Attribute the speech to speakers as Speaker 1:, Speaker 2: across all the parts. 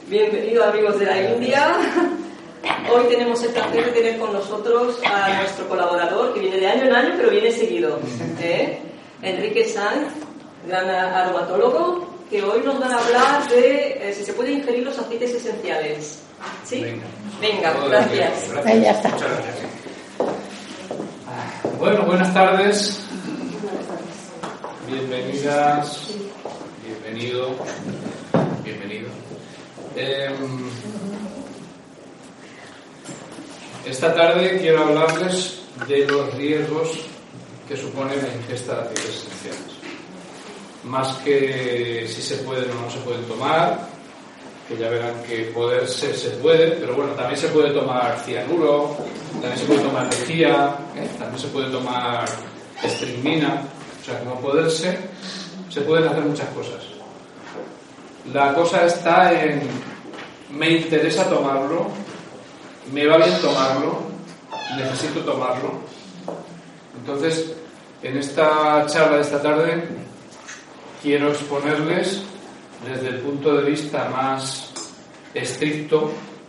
Speaker 1: Bienvenidos amigos de la India. Hoy tenemos el placer de tener con nosotros a nuestro colaborador que viene de año en año, pero viene seguido, Enrique Sanz, gran aromatólogo, que hoy nos van a hablar de si se pueden ingerir los aceites esenciales. ¿Sí? Venga, gracias.
Speaker 2: Ya está.
Speaker 3: Muchas gracias. Bueno, buenas tardes. Bienvenidas, bienvenido. Esta tarde quiero hablarles de los riesgos que supone la ingesta de aceites esenciales. Más que si se pueden o no se pueden tomar, que ya verán que poderse se puede, pero bueno, también se puede tomar cianuro, también se puede tomar lejía, también se puede tomar estricnina, o sea que no poderse, se pueden hacer muchas cosas. La cosa está en, me interesa tomarlo, me va bien tomarlo, necesito tomarlo. Entonces, en esta charla de esta tarde, quiero exponerles desde el punto de vista más estricto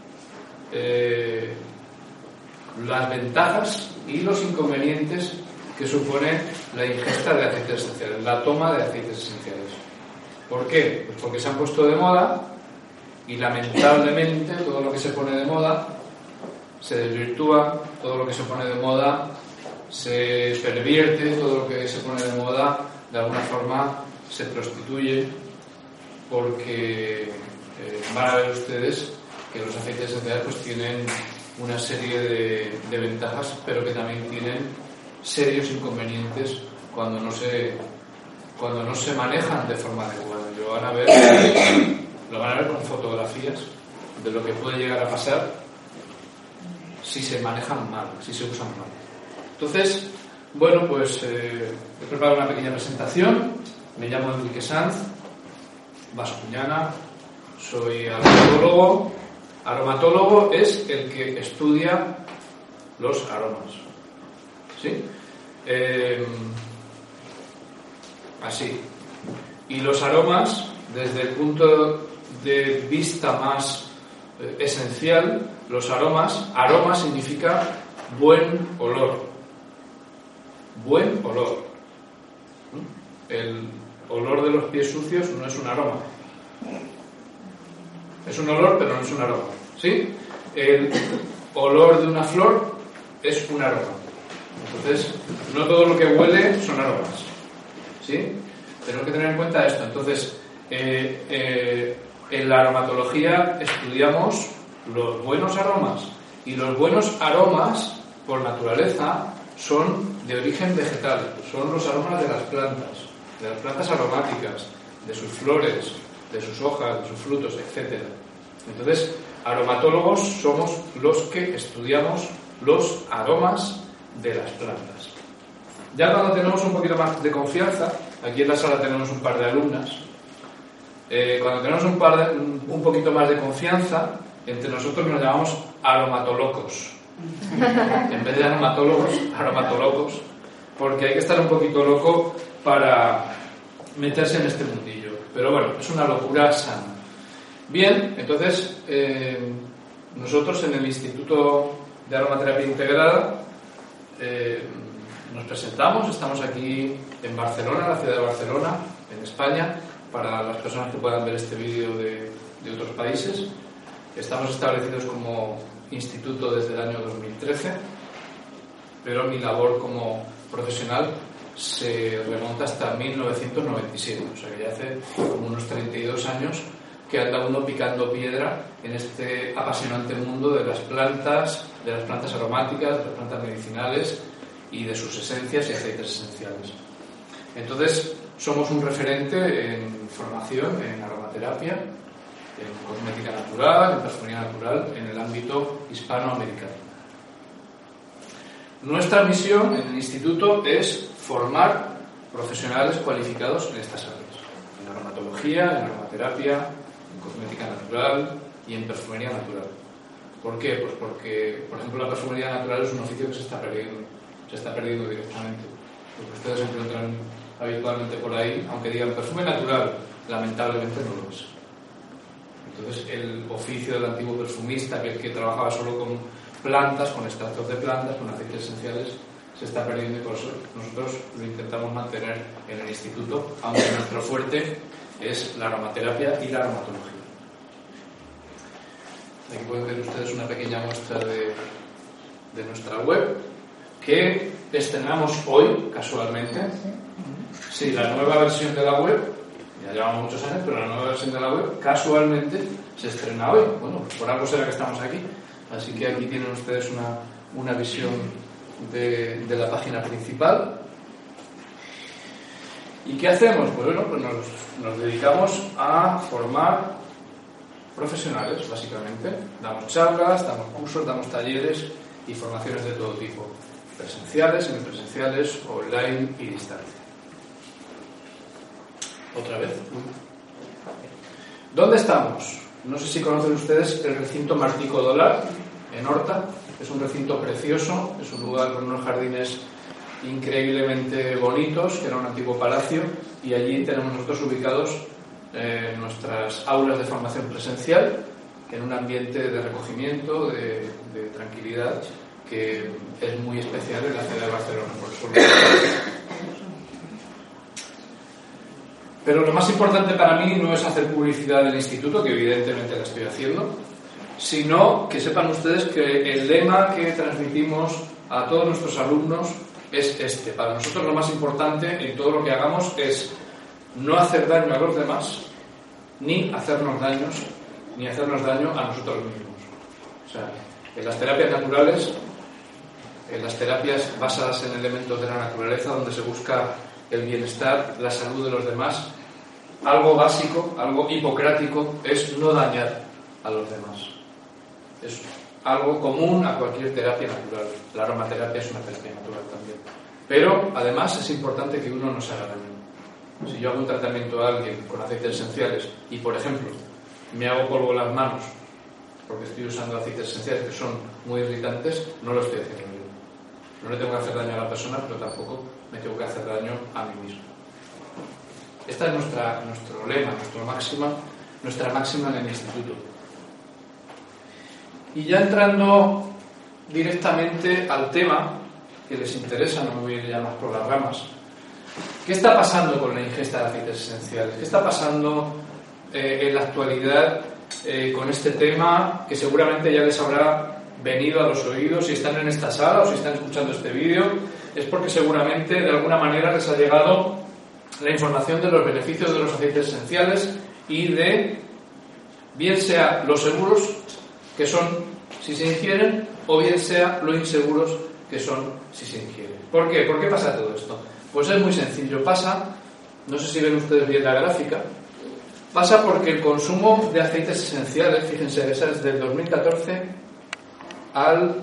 Speaker 3: las ventajas y los inconvenientes que supone la ingesta de aceites esenciales, la toma de aceites esenciales. ¿Por qué? Pues porque se han puesto de moda y lamentablemente todo lo que se pone de moda se desvirtúa, todo lo que se pone de moda se pervierte, todo lo que se pone de moda de alguna forma se prostituye, porque van a ver ustedes que los aceites esenciales pues tienen una serie de ventajas, pero que también tienen serios inconvenientes cuando no se manejan de forma adecuada. Lo van a ver con fotografías de lo que puede llegar a pasar si se manejan mal, si se usan mal. Entonces, bueno, pues he preparado una pequeña presentación. Me llamo Enrique Sanz, bascuñana, soy aromatólogo. Aromatólogo es el que estudia los aromas. ¿Sí? Así. Y los aromas, desde el punto de vista más esencial, los aromas, aroma significa buen olor. Buen olor. El olor de los pies sucios no es un aroma. Es un olor, pero no es un aroma. ¿Sí? El olor de una flor es un aroma. Entonces, no todo lo que huele son aromas. ¿Sí? Tenemos que tener en cuenta esto. Entonces, en la aromatología estudiamos los buenos aromas. Y los buenos aromas, por naturaleza, son de origen vegetal. Son los aromas de las plantas aromáticas, de sus flores, de sus hojas, de sus frutos, etc. Entonces, aromatólogos somos los que estudiamos los aromas de las plantas. Ya cuando tenemos un poquito más de confianza, aquí en la sala tenemos un par de alumnas, cuando tenemos un poquito más de confianza, entre nosotros nos llamamos aromatolocos. En vez de aromatólogos, porque hay que estar un poquito loco para meterse en este mundillo. Pero bueno, es una locura sana. Bien, entonces, nosotros en el Instituto de Aromaterapia Integrada nos presentamos, estamos aquí en Barcelona, la ciudad de Barcelona, en España, para las personas que puedan ver este vídeo de otros países. Estamos establecidos como instituto desde el año 2013, pero mi labor como profesional se remonta hasta 1997, o sea que ya hace como unos 32 años que anda uno picando piedra en este apasionante mundo de las plantas aromáticas, de las plantas medicinales y de sus esencias y aceites esenciales. Entonces, somos un referente en formación en aromaterapia, en cosmética natural, en perfumería natural, en el ámbito hispanoamericano. Nuestra misión en el instituto es formar profesionales cualificados en estas áreas, en aromatología, en aromaterapia, en cosmética natural y en perfumería natural. ¿Por qué? Pues porque, por ejemplo, la perfumería natural es un oficio que se está perdiendo directamente. Lo que ustedes encuentran habitualmente por ahí, aunque digan perfume natural, lamentablemente no lo es. Entonces el oficio del antiguo perfumista, que trabajaba solo con plantas, con extractos de plantas, con aceites esenciales, se está perdiendo, y por eso nosotros lo intentamos mantener en el instituto, aunque nuestro fuerte es la aromaterapia y la aromatología. Aquí pueden ver ustedes una pequeña muestra de nuestra web, que estrenamos hoy, casualmente. Sí, la nueva versión de la web, ya llevamos muchos años, pero la nueva versión de la web, casualmente, se estrena hoy. Bueno, por algo será que estamos aquí. Así que aquí tienen ustedes una visión de la página principal. ¿Y qué hacemos? Pues bueno, pues nos dedicamos a formar profesionales, básicamente. Damos charlas, damos cursos, damos talleres y formaciones de todo tipo, presenciales, semipresenciales, online y distancia. Otra vez. ¿Dónde estamos? No sé si conocen ustedes el recinto Martí Codolar, en Horta. Es un recinto precioso, es un lugar con unos jardines increíblemente bonitos, que era un antiguo palacio, y allí tenemos nosotros ubicados nuestras aulas de formación presencial, en un ambiente de recogimiento, de tranquilidad, que es muy especial en la ciudad de Barcelona, por eso. Pero lo más importante para mí no es hacer publicidad del instituto, que evidentemente la estoy haciendo, sino que sepan ustedes que el lema que transmitimos a todos nuestros alumnos es este. Para nosotros lo más importante en todo lo que hagamos es no hacer daño a los demás, ni hacernos daño a nosotros mismos. O sea, en las terapias naturales, en las terapias basadas en elementos de la naturaleza, donde se busca el bienestar, la salud de los demás, algo básico, algo hipocrático, es no dañar a los demás. Es algo común a cualquier terapia natural. La aromaterapia es una terapia natural también. Pero, además, es importante que uno no se haga daño. Si yo hago un tratamiento a alguien con aceites esenciales y, por ejemplo, me hago polvo en las manos porque estoy usando aceites esenciales que son muy irritantes, no lo estoy haciendo bien. No le tengo que hacer daño a la persona, pero tampoco me tengo que hacer daño a mí mismo. Esta es nuestro lema, nuestra máxima en el instituto. Y ya entrando directamente al tema que les interesa, no me voy a ir ya más por las ramas. ¿Qué está pasando con la ingesta de aceites esenciales? ¿Qué está pasando en la actualidad con este tema que seguramente ya les habrá venido a los oídos si están en esta sala o si están escuchando este vídeo? Es porque seguramente de alguna manera les ha llegado la información de los beneficios de los aceites esenciales y de, bien sea los seguros que son si se ingieren, o bien sea lo inseguros que son si se ingieren. ¿Por qué? ¿Por qué pasa todo esto? Pues es muy sencillo. Pasa, no sé si ven ustedes bien la gráfica, pasa porque el consumo de aceites esenciales, fíjense, esa es del 2014 al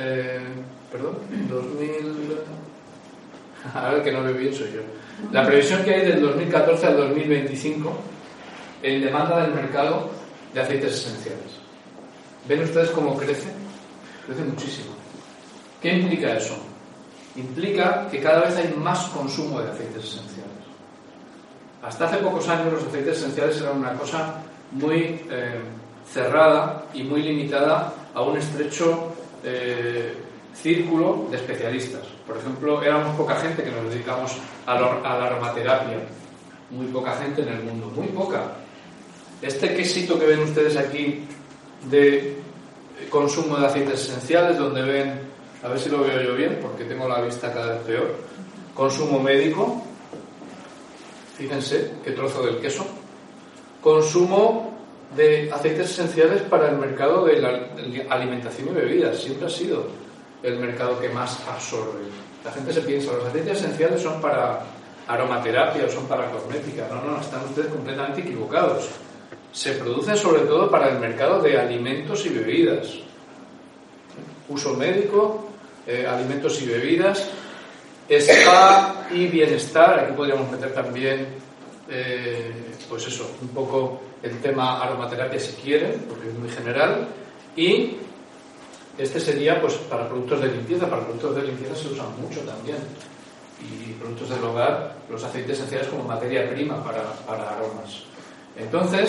Speaker 3: 2000. Ahora el que no veo bien soy yo. La previsión que hay del 2014 al 2025 en demanda del mercado de aceites esenciales. ¿Ven ustedes cómo crece? Crece muchísimo. ¿Qué implica eso? Implica que cada vez hay más consumo de aceites esenciales. Hasta hace pocos años los aceites esenciales eran una cosa muy cerrada y muy limitada a un estrecho círculo de especialistas. Por ejemplo, éramos poca gente que nos dedicamos a la aromaterapia. Muy poca gente en el mundo, muy poca. Este quesito que ven ustedes aquí de consumo de aceites esenciales, donde ven, a ver si lo veo yo bien, porque tengo la vista cada vez peor, consumo médico, fíjense qué trozo del queso, consumo de aceites esenciales para el mercado de la alimentación y bebidas, siempre ha sido el mercado que más absorbe. La gente se piensa, los aceites esenciales son para aromaterapia o son para cosmética. No, están ustedes completamente equivocados. Se producen sobre todo para el mercado de alimentos y bebidas. Uso médico, alimentos y bebidas, spa y bienestar. Aquí podríamos meter también, pues eso, un poco el tema aromaterapia si quieren, porque es muy general. Y este sería pues para productos de limpieza. Para productos de limpieza se usan mucho también. Y productos del hogar, los aceites esenciales como materia prima para aromas. Entonces,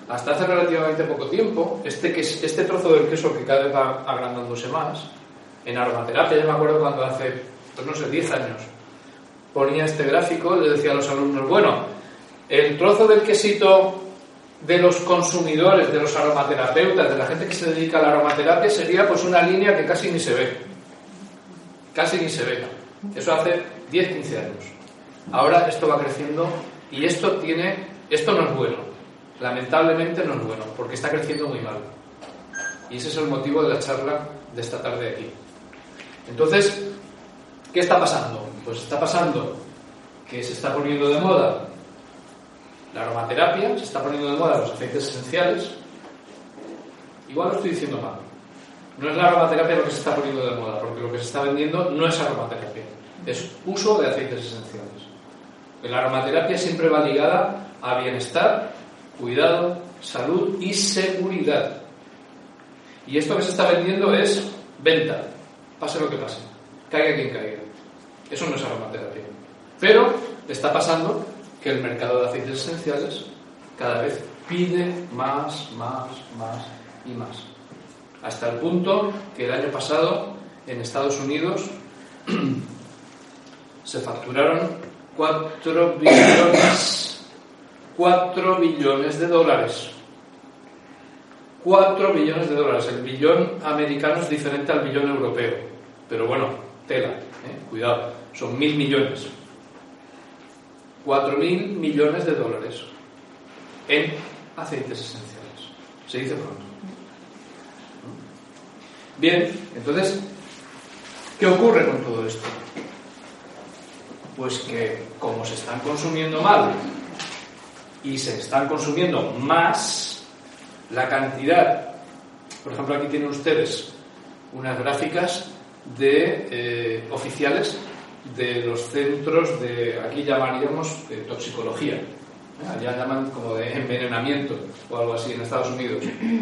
Speaker 3: hasta hace relativamente poco tiempo, este trozo del queso que cada vez va agrandándose más, en aromaterapia, yo me acuerdo cuando hace, pues no sé, 10 años, ponía este gráfico, le decía a los alumnos, bueno, el trozo del quesito de los consumidores, de los aromaterapeutas, de la gente que se dedica a la aromaterapia, sería pues una línea que casi ni se ve. Casi ni se ve. Eso hace 10, 15 años. Ahora esto va creciendo y esto no es bueno. Lamentablemente no es bueno, porque está creciendo muy mal. Y ese es el motivo de la charla de esta tarde aquí. Entonces, ¿qué está pasando? Pues está pasando que se está poniendo de moda la aromaterapia, se está poniendo de moda los aceites esenciales. Igual lo estoy diciendo mal. No es la aromaterapia lo que se está poniendo de moda, porque lo que se está vendiendo no es aromaterapia, es uso de aceites esenciales. La aromaterapia siempre va ligada a bienestar, cuidado, salud y seguridad. Y esto que se está vendiendo es venta, pase lo que pase, caiga quien caiga. Eso no es aromaterapia. Pero está pasando que el mercado de aceites esenciales cada vez pide más y más. Hasta el punto que el año pasado en Estados Unidos se facturaron 4 billones de dólares. 4 billones de dólares. El billón americano es diferente al billón europeo. Pero bueno, tela, cuidado, son 1.000 millones. 4.000 millones de dólares en aceites esenciales. Se dice pronto. Bien, entonces, ¿qué ocurre con todo esto? Pues que como se están consumiendo mal y se están consumiendo más, la cantidad, por ejemplo, aquí tienen ustedes unas gráficas de oficiales de los centros de, aquí llamaríamos toxicología, allá llaman como de envenenamiento o algo así en Estados Unidos,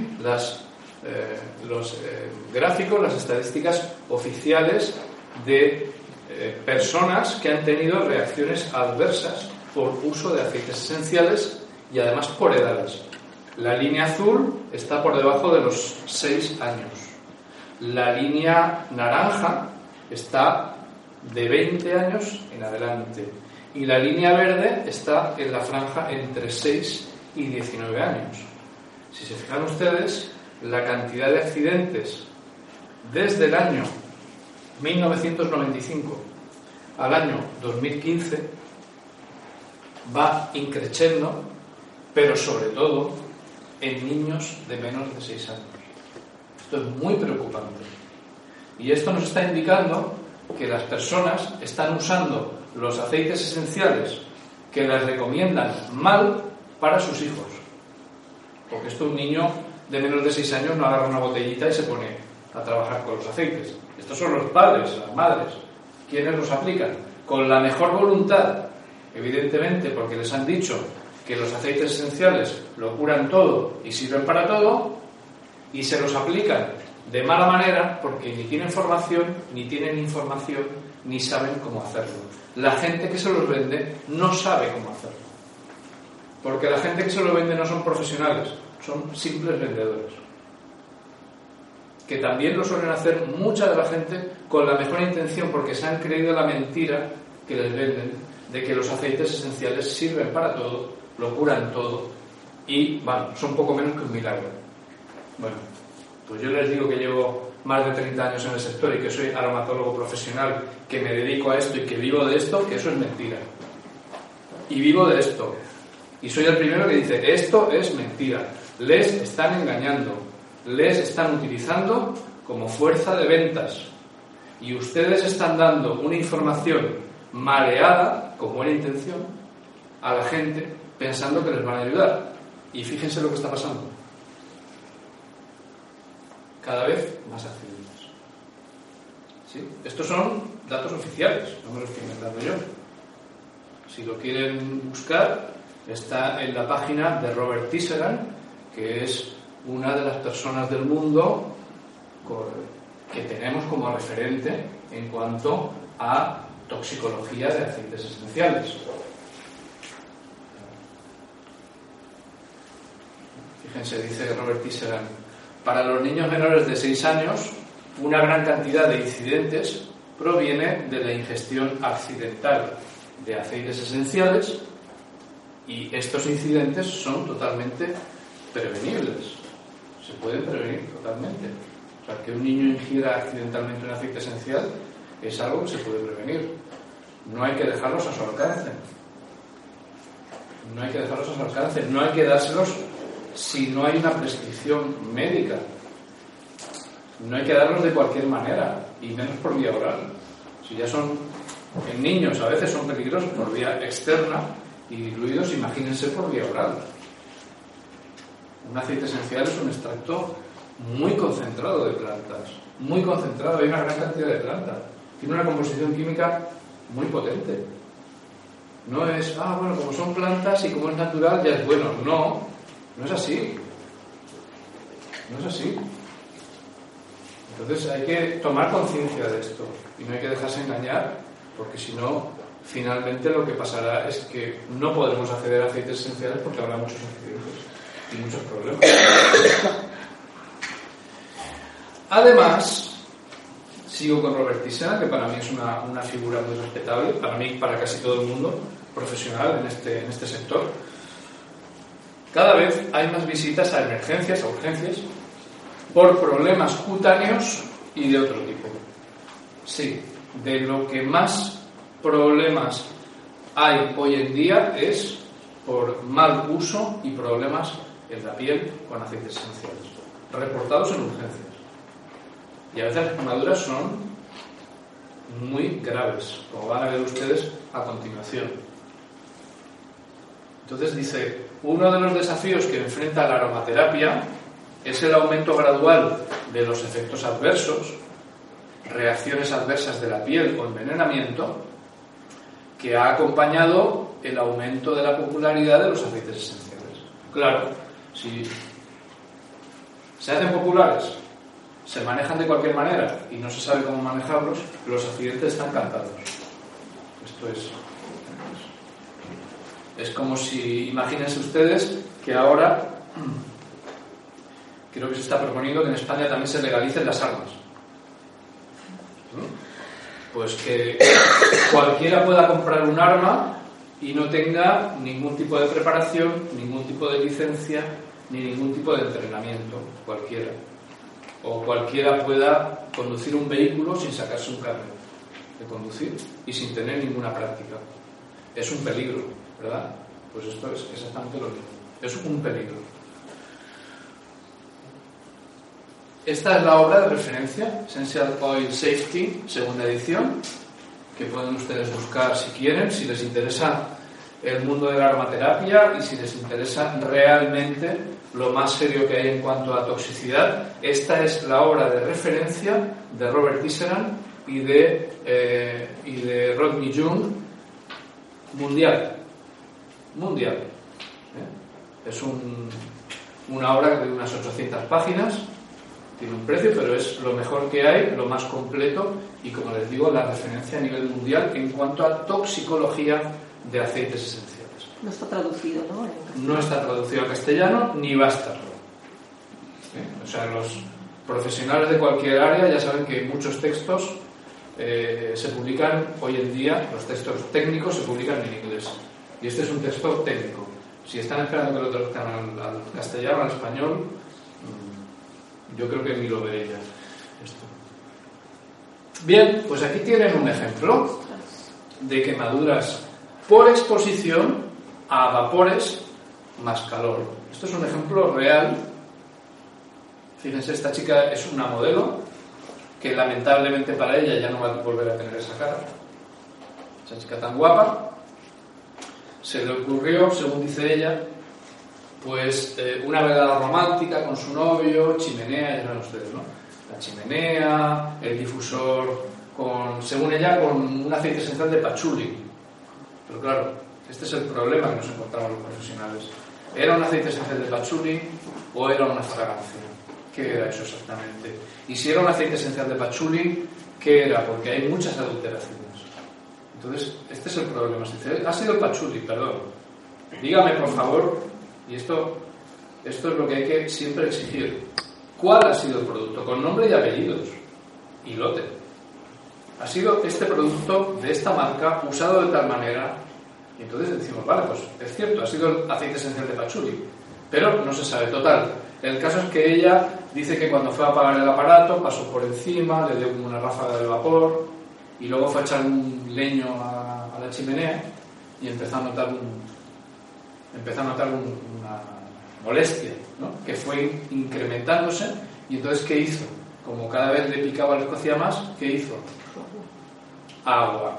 Speaker 3: los gráficos, las estadísticas oficiales de personas que han tenido reacciones adversas por uso de aceites esenciales y además por edades. La línea azul está por debajo de los 6 años. La línea naranja está de 20 años en adelante. Y la línea verde está en la franja entre 6 y 19 años. Si se fijan ustedes, la cantidad de accidentes desde el año 1995 al año 2015 va increciendo, pero sobre todo en niños de menos de 6 años. Esto es muy preocupante. Y esto nos está indicando que las personas están usando los aceites esenciales que les recomiendan mal para sus hijos. Porque esto un niño de menos de 6 años no agarra una botellita y se pone a trabajar con los aceites. Estos son los padres, las madres, quienes los aplican con la mejor voluntad, evidentemente, porque les han dicho que los aceites esenciales lo curan todo y sirven para todo, y se los aplican de mala manera porque ni tienen formación, ni tienen información, ni saben cómo hacerlo. La gente que se los vende no sabe cómo hacerlo, porque la gente que se los vende no son profesionales, son simples vendedores, que también lo suelen hacer mucha de la gente con la mejor intención, porque se han creído la mentira que les venden de que los aceites esenciales sirven para todo, lo curan todo y, bueno, son poco menos que un milagro. Bueno, pues yo les digo que llevo más de 30 años en el sector y que soy aromatólogo profesional, que me dedico a esto y que vivo de esto, que eso es mentira. Y vivo de esto. Y soy el primero que dice, esto es mentira. Les están engañando. Les están utilizando como fuerza de ventas. Y ustedes están dando una información mareada, con buena intención, a la gente, pensando que les van a ayudar. Y fíjense lo que está pasando. Cada vez más accidentes. ¿Sí? Estos son datos oficiales, no me los estoy inventando yo. Si lo quieren buscar, está en la página de Robert Tisserand, que es una de las personas del mundo que tenemos como referente en cuanto a toxicología de aceites esenciales. Fíjense, dice Robert Tisserand, para los niños menores de 6 años, una gran cantidad de incidentes proviene de la ingestión accidental de aceites esenciales y estos incidentes son totalmente prevenibles. Se pueden prevenir totalmente. O sea, que un niño ingiera accidentalmente un aceite esencial es algo que se puede prevenir. No hay que dejarlos a su alcance. No hay que dejarlos a su alcance. No hay que dárselos si no hay una prescripción médica. No hay que darlos de cualquier manera, y menos por vía oral. Si ya son, en niños a veces son peligrosos por vía externa y diluidos, imagínense por vía oral. Un aceite esencial es un extracto muy concentrado de plantas, muy concentrado, hay una gran cantidad de plantas. Tiene una composición química muy potente. No es, bueno, como son plantas y como es natural ya es bueno. No, no es así. No es así. Entonces hay que tomar conciencia de esto y no hay que dejarse engañar, porque si no, finalmente lo que pasará es que no podremos acceder a aceites esenciales porque habrá muchos accidentes y muchos problemas. Además, sigo con Robert Tisserand, que para mí es una figura muy respetable, para mí, para casi todo el mundo profesional en este sector. Cada vez hay más visitas a emergencias, a urgencias, por problemas cutáneos y de otro tipo. Sí, de lo que más problemas hay hoy en día es por mal uso y problemas en la piel con aceites esenciales, reportados en urgencias. Y a veces las quemaduras son muy graves, como van a ver ustedes a continuación. Entonces dice, uno de los desafíos que enfrenta la aromaterapia es el aumento gradual de los efectos adversos, reacciones adversas de la piel o envenenamiento, que ha acompañado el aumento de la popularidad de los aceites esenciales. Claro, si se hacen populares, se manejan de cualquier manera y no se sabe cómo manejarlos, los accidentes están cantados. Esto es como si, imagínense ustedes que ahora creo que se está proponiendo que en España también se legalicen las armas. Pues que cualquiera pueda comprar un arma y no tenga ningún tipo de preparación, ningún tipo de licencia, ni ningún tipo de entrenamiento, cualquiera. O cualquiera pueda conducir un vehículo sin sacarse un carnet de conducir y sin tener ninguna práctica. Es un peligro, ¿verdad? Pues esto es exactamente lo mismo. Es un peligro. Esta es la obra de referencia, Essential Oil Safety, segunda edición, que pueden ustedes buscar si quieren, si les interesa el mundo de la aromaterapia y si les interesa realmente lo más serio que hay en cuanto a toxicidad. Esta es la obra de referencia de Robert Tisserand y de Rodney Young mundial. Es una obra de unas 800 páginas. Tiene un precio, pero es lo mejor que hay, lo más completo y, como les digo, la referencia a nivel mundial en cuanto a toxicología de aceites esenciales.
Speaker 1: No está traducido, ¿no?
Speaker 3: No está traducido al castellano ni va a estarlo. O sea, los profesionales de cualquier área ya saben que muchos textos se publican hoy en día, los textos técnicos se publican en inglés. Y este es un texto técnico. Si están esperando que lo traduzcan al castellano, al español, yo creo que ni lo veré ya. Esto. Bien, pues aquí tienen un ejemplo de quemaduras por exposición a vapores más calor. Esto es un ejemplo real. Fíjense, esta chica es una modelo que lamentablemente para ella ya no va a volver a tener esa cara. Esa chica tan guapa. Se le ocurrió, según dice ella, pues una velada romántica con su novio, chimenea, ya saben ustedes, ¿no? La chimenea, el difusor, según ella, con un aceite esencial de patchouli. Pero claro, este es el problema que nos encontramos los profesionales. ¿Era un aceite esencial de patchouli o era una fragancia? ¿Qué era eso exactamente? Y si era un aceite esencial de patchouli, ¿qué era? Porque hay muchas adulteraciones. Entonces, este es el problema. Ha sido el patchouli, perdón. Dígame, por favor, y esto Esto es lo que hay que siempre exigir. ¿Cuál ha sido el producto? Con nombre y apellidos. Y lote. Ha sido este producto de esta marca, usado de tal manera. Y entonces decimos, vale, pues es cierto, ha sido el aceite esencial de patchouli. Pero no se sabe. Total. El caso es que ella dice que cuando fue a apagar el aparato, pasó por encima, le dio como una ráfaga de vapor, y luego fue a echar un leño a la chimenea y empezó a notar una molestia, ¿no? Que fue incrementándose. Y entonces, ¿qué hizo? Como cada vez le picaba, le cocía más, ¿qué hizo? Agua.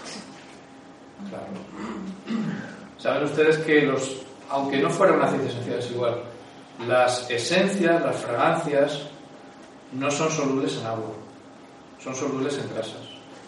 Speaker 3: Claro. Saben ustedes que aunque no fuera un aceite esencial, es igual, las esencias, las fragancias, no son solubles en agua, son solubles en grasas.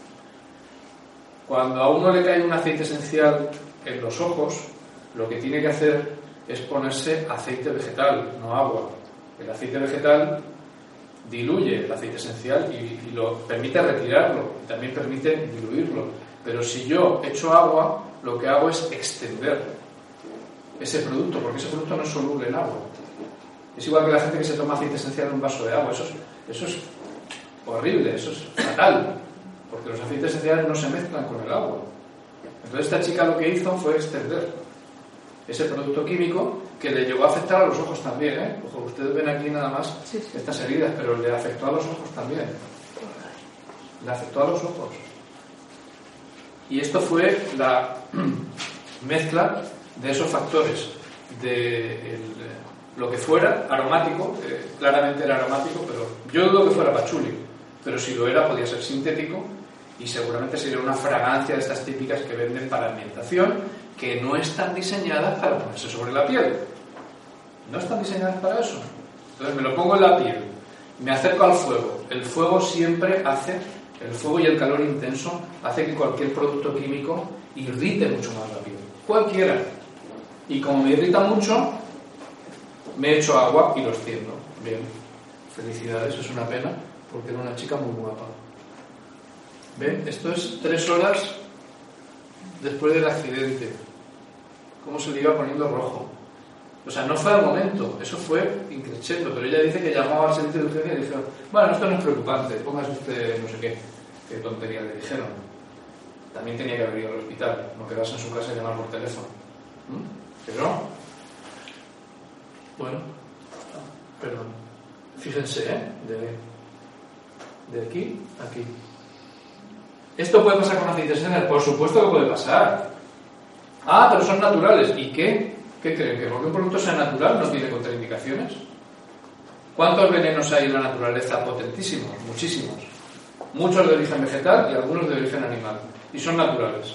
Speaker 3: Cuando a uno le cae un aceite esencial en los ojos, lo que tiene que hacer es ponerse aceite vegetal, no agua. El aceite vegetal diluye el aceite esencial y lo permite retirarlo, también permite diluirlo. Pero si yo echo agua, lo que hago es extender ese producto, porque ese producto no es soluble en agua. Es igual que la gente que se toma aceite esencial en un vaso de agua. Eso es horrible, eso es fatal, porque los aceites esenciales no se mezclan con el agua. Entonces esta chica lo que hizo fue extender ese producto químico, que le llegó a afectar a los ojos también, ¿eh? Ojo, ustedes ven aquí nada más estas heridas, pero le afectó a los ojos también. Le afectó a los ojos. Y esto fue la mezcla de esos factores, de lo que fuera aromático, claramente era aromático, pero yo dudo que fuera patchouli, pero si lo era podía ser sintético y seguramente sería una fragancia de estas típicas que venden para ambientación, que no están diseñadas para ponerse sobre la piel. No están diseñadas para eso. Entonces me lo pongo en la piel, me acerco al fuego. El fuego siempre el fuego y el calor intenso hace que cualquier producto químico irrite mucho más la piel. Cualquiera. Y como me irrita mucho, me echo agua y lo extiendo. Bien, felicidades, es una pena, porque era una chica muy guapa. ¿Ven? Esto es 3 horas después del accidente. Cómo se le iba poniendo rojo. O sea, no fue al momento, eso fue increchendo, pero ella dice que llamaba al servicio de urgencia y dijeron, bueno, esto no es preocupante, póngase usted no sé qué tontería le dijeron. También tenía que haber ido al hospital, no quedarse en su casa y llamar por teléfono. Pero, bueno, perdón, fíjense, de aquí a aquí. ¿Esto puede pasar con aceites esenciales? Por supuesto que puede pasar. Ah, pero son naturales. ¿Y qué? ¿Qué creen? ¿Que porque un producto sea natural no tiene contraindicaciones? ¿Cuántos venenos hay en la naturaleza? Potentísimos, muchísimos. Muchos de origen vegetal y algunos de origen animal. Y son naturales.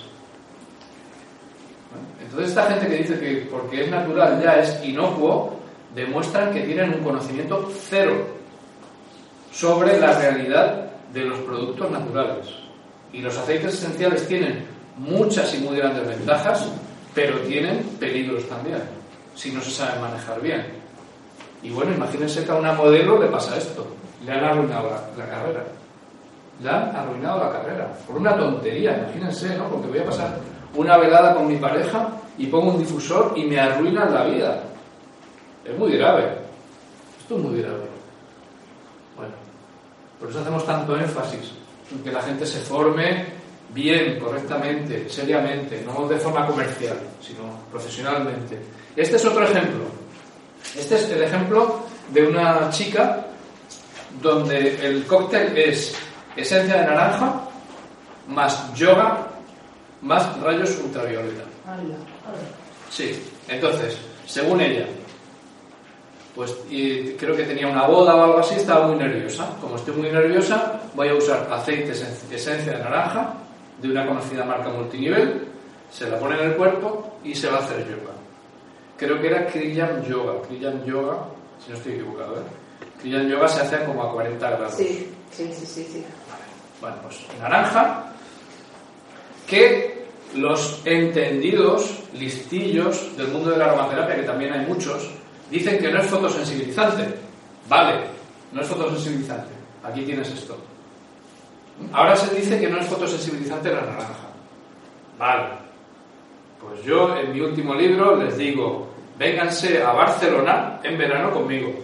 Speaker 3: Entonces esta gente que dice que porque es natural ya es inocuo, demuestran que tienen un conocimiento cero sobre la realidad de los productos naturales. Y los aceites esenciales tienen muchas y muy grandes ventajas, pero tienen peligros también, si no se saben manejar bien. Y bueno, imagínense que a una modelo le pasa esto. Le han arruinado la carrera. Le han arruinado la carrera. Por una tontería, imagínense, ¿no? Porque voy a pasar una velada con mi pareja y pongo un difusor y me arruinan la vida. Es muy grave. Esto es muy grave. Bueno, por eso hacemos tanto énfasis en que la gente se forme bien, correctamente, seriamente, no de forma comercial, sino profesionalmente. Este es otro ejemplo. Este es el ejemplo de una chica donde el cóctel es esencia de naranja más yoga más rayos ultravioleta. Sí, entonces, según ella, pues creo que tenía una boda o algo así, estaba muy nerviosa. Como estoy muy nerviosa, voy a usar aceite esencia de naranja de una conocida marca multinivel, se la pone en el cuerpo y se va a hacer yoga. Creo que era Kriyan Yoga, si no estoy equivocado, Kriyan Yoga se hace como a 40 grados.
Speaker 1: Sí.
Speaker 3: Vale. Bueno, pues naranja, que los entendidos, listillos del mundo de la aromaterapia, que también hay muchos, dicen que no es fotosensibilizante. Vale, no es fotosensibilizante. Aquí tienes esto. Ahora se dice que no es fotosensibilizante la naranja. Vale. Pues yo en mi último libro les digo, vénganse a Barcelona en verano conmigo.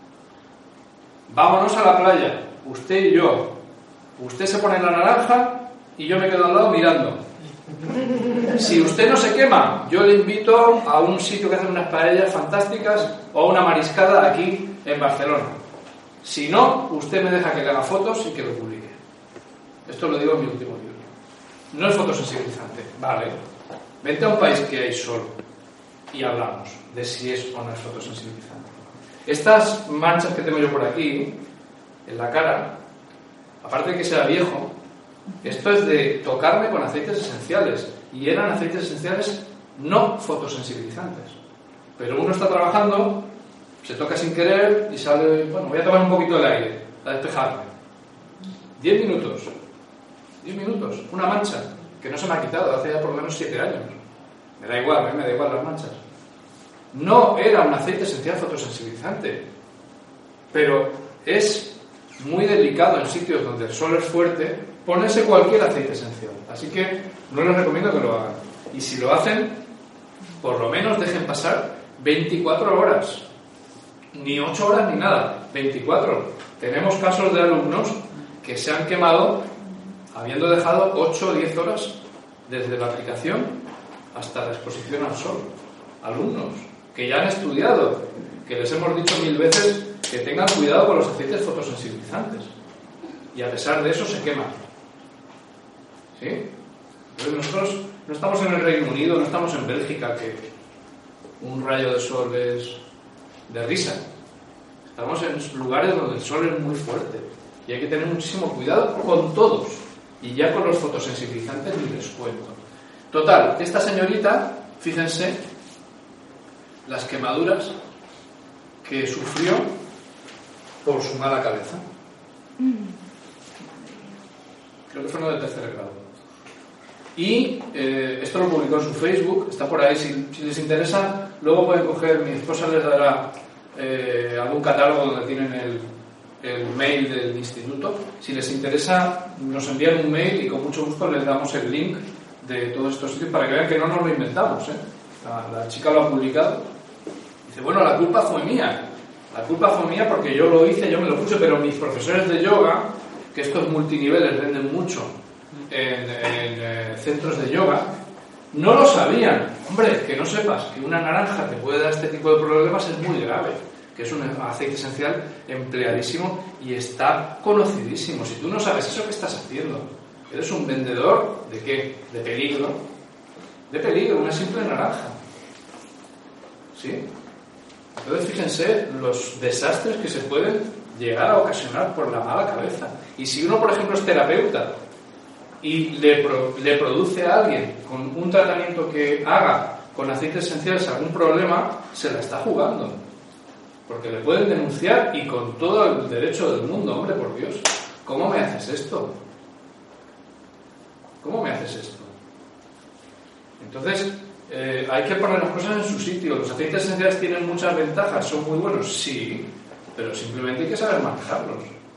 Speaker 3: Vámonos a la playa, usted y yo. Usted se pone la naranja y yo me quedo al lado mirando. Si usted no se quema, yo le invito a un sitio que hacen unas paellas fantásticas o a una mariscada aquí en Barcelona. Si no, usted me deja que le haga fotos y que lo publique. Esto lo digo en mi último libro. No es fotosensibilizante, vale. Vente a un país que hay sol y hablamos de si es o no es fotosensibilizante. Estas manchas que tengo yo por aquí, en la cara, aparte de que sea viejo, esto es de tocarme con aceites esenciales. Y eran aceites esenciales no fotosensibilizantes. Pero uno está trabajando, se toca sin querer y sale, bueno, voy a tomar un poquito de aire, a despejarme. 10 minutos. 10 minutos. Una mancha que no se me ha quitado hace ya por lo menos 7 años. Me da igual, me da igual las manchas. No era un aceite esencial fotosensibilizante, pero es muy delicado en sitios donde el sol es fuerte ponerse cualquier aceite esencial. Así que no les recomiendo que lo hagan. Y si lo hacen, por lo menos dejen pasar 24 horas. Ni 8 horas ni nada, 24. Tenemos casos de alumnos que se han quemado habiendo dejado 8 o 10 horas desde la aplicación hasta la exposición al sol. Alumnos que ya han estudiado, que les hemos dicho 1000 veces que tengan cuidado con los aceites fotosensibilizantes. Y a pesar de eso se queman. ¿Sí? Entonces nosotros no estamos en el Reino Unido, no estamos en Bélgica, que un rayo de sol es de risa. Estamos en lugares donde el sol es muy fuerte. Y hay que tener muchísimo cuidado con todos. Y ya con los fotosensibilizantes ni les cuento. Total, esta señorita, fíjense, las quemaduras que sufrió por su mala cabeza. Creo que fue uno de tercer grado. Y esto lo publicó en su Facebook, está por ahí, si les interesa, luego pueden coger, mi esposa les dará algún catálogo donde tienen el mail del instituto. Si les interesa, nos envían un mail y con mucho gusto les damos el link de todos estos sitios para que vean que no nos lo inventamos. La chica lo ha publicado. Dice, bueno, la culpa fue mía. La culpa fue mía porque yo lo hice, yo me lo puse, pero mis profesores de yoga, que estos multiniveles venden mucho en centros de yoga, no lo sabían. Hombre, que no sepas que una naranja te puede dar este tipo de problemas es muy grave, que es un aceite esencial empleadísimo y está conocidísimo. Si tú no sabes eso, ¿qué estás haciendo? Eres un vendedor ¿de qué? De peligro. De peligro, una simple naranja. ¿Sí? Entonces fíjense los desastres que se pueden llegar a ocasionar por la mala cabeza. Y si uno, por ejemplo, es terapeuta y le produce a alguien con un tratamiento que haga con aceites esenciales algún problema, se la está jugando. Porque le pueden denunciar y con todo el derecho del mundo. Hombre, por Dios, ¿cómo me haces esto? ¿Cómo me haces esto? Entonces, hay que poner las cosas en su sitio. Los aceites esenciales tienen muchas ventajas, son muy buenos, sí, pero simplemente hay que saber manejarlos.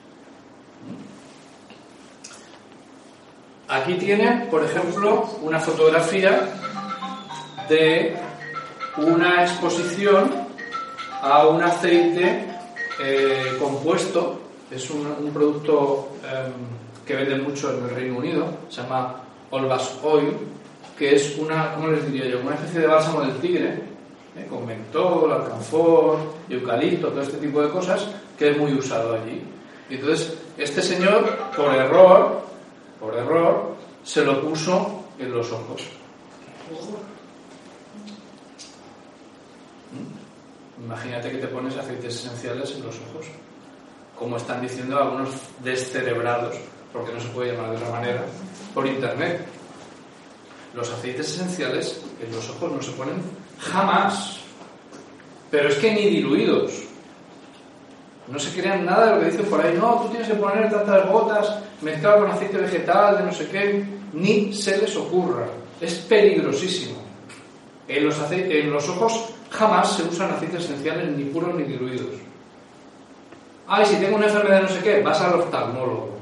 Speaker 3: Aquí tiene, por ejemplo, una fotografía de una exposición a un aceite compuesto. Es un producto que venden mucho en el Reino Unido, se llama Olbas Oil, que es una, ¿cómo les diría yo? Una especie de bálsamo del tigre, con mentol, alcanfor, eucalipto, todo este tipo de cosas, que es muy usado allí. Y entonces, este señor, por error, se lo puso en los ojos. Imagínate que te pones aceites esenciales en los ojos, como están diciendo algunos descerebrados, porque no se puede llamar de otra manera, por internet. Los aceites esenciales en los ojos no se ponen jamás, pero es que ni diluidos. No se crean nada de lo que dicen por ahí. No, tú tienes que poner tantas gotas mezclado con aceite vegetal de no sé qué. Ni se les ocurra. Es peligrosísimo. En los ojos jamás se usan aceites esenciales ni puros ni diluidos. Y si tengo una enfermedad de no sé qué, vas al oftalmólogo.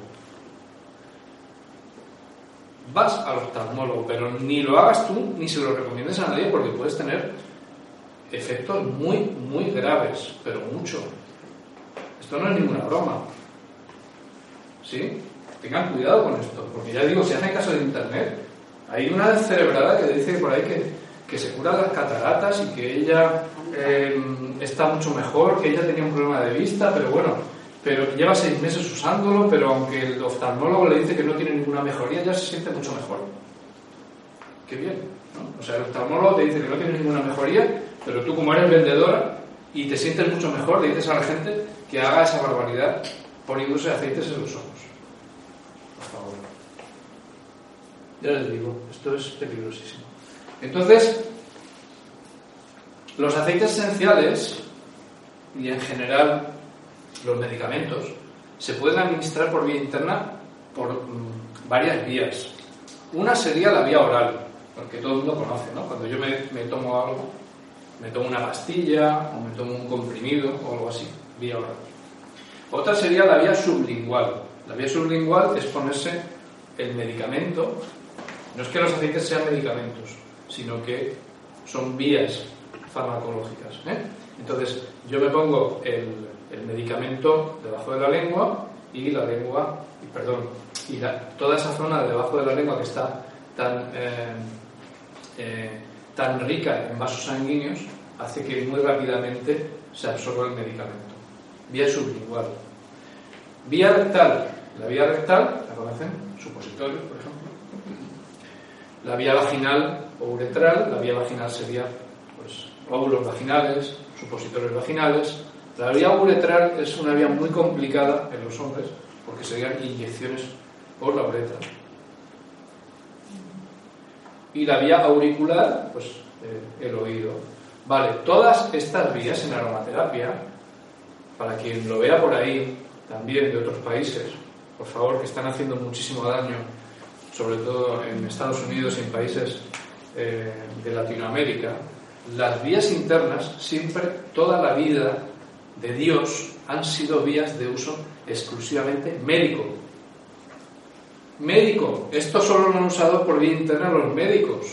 Speaker 3: Vas al oftalmólogo, pero ni lo hagas tú ni se lo recomiendes a nadie porque puedes tener efectos muy, muy graves, pero mucho. Esto no es ninguna broma. ¿Sí? Tengan cuidado con esto, porque ya digo, si hacen caso de Internet, hay una cerebrada que dice por ahí que se cura las cataratas y que ella está mucho mejor, que ella tenía un problema de vista, pero bueno, pero lleva 6 meses usándolo, pero aunque el oftalmólogo le dice que no tiene ninguna mejoría, ya se siente mucho mejor. Qué bien, ¿no? O sea, el oftalmólogo te dice que no tiene ninguna mejoría, pero tú, como eres vendedora y te sientes mucho mejor, le dices a la gente que haga esa barbaridad poniéndose aceites en los ojos. Por favor. Ya les digo, esto es peligrosísimo. Entonces, los aceites esenciales y en general los medicamentos se pueden administrar por vía interna por varias vías. Una sería la vía oral, porque todo el mundo conoce, ¿no? Cuando yo me tomo algo, me tomo una pastilla o me tomo un comprimido o algo así, vía oral. Otra sería la vía sublingual. La vía sublingual es ponerse el medicamento. No es que los aceites sean medicamentos, sino que son vías farmacológicas, ¿eh? Entonces, yo me pongo el medicamento debajo de la lengua y la lengua, toda esa zona de debajo de la lengua que está tan rica en vasos sanguíneos hace que muy rápidamente se absorba el medicamento. Vía sublingual. Vía rectal. La vía rectal, ¿la conocen? Supositorios, por ejemplo. La vía vaginal o uretral. La vía vaginal sería, pues, óvulos vaginales, supositorios vaginales. La vía uretral es una vía muy complicada en los hombres porque serían inyecciones por la uretra. Y la vía auricular, pues el oído. Vale, todas estas vías en aromaterapia, para quien lo vea por ahí, también de otros países, por favor, que están haciendo muchísimo daño, sobre todo en Estados Unidos y en países de Latinoamérica, las vías internas, siempre, toda la vida de Dios, han sido vías de uso exclusivamente médico. Médico, esto solo lo han usado por vía interna los médicos.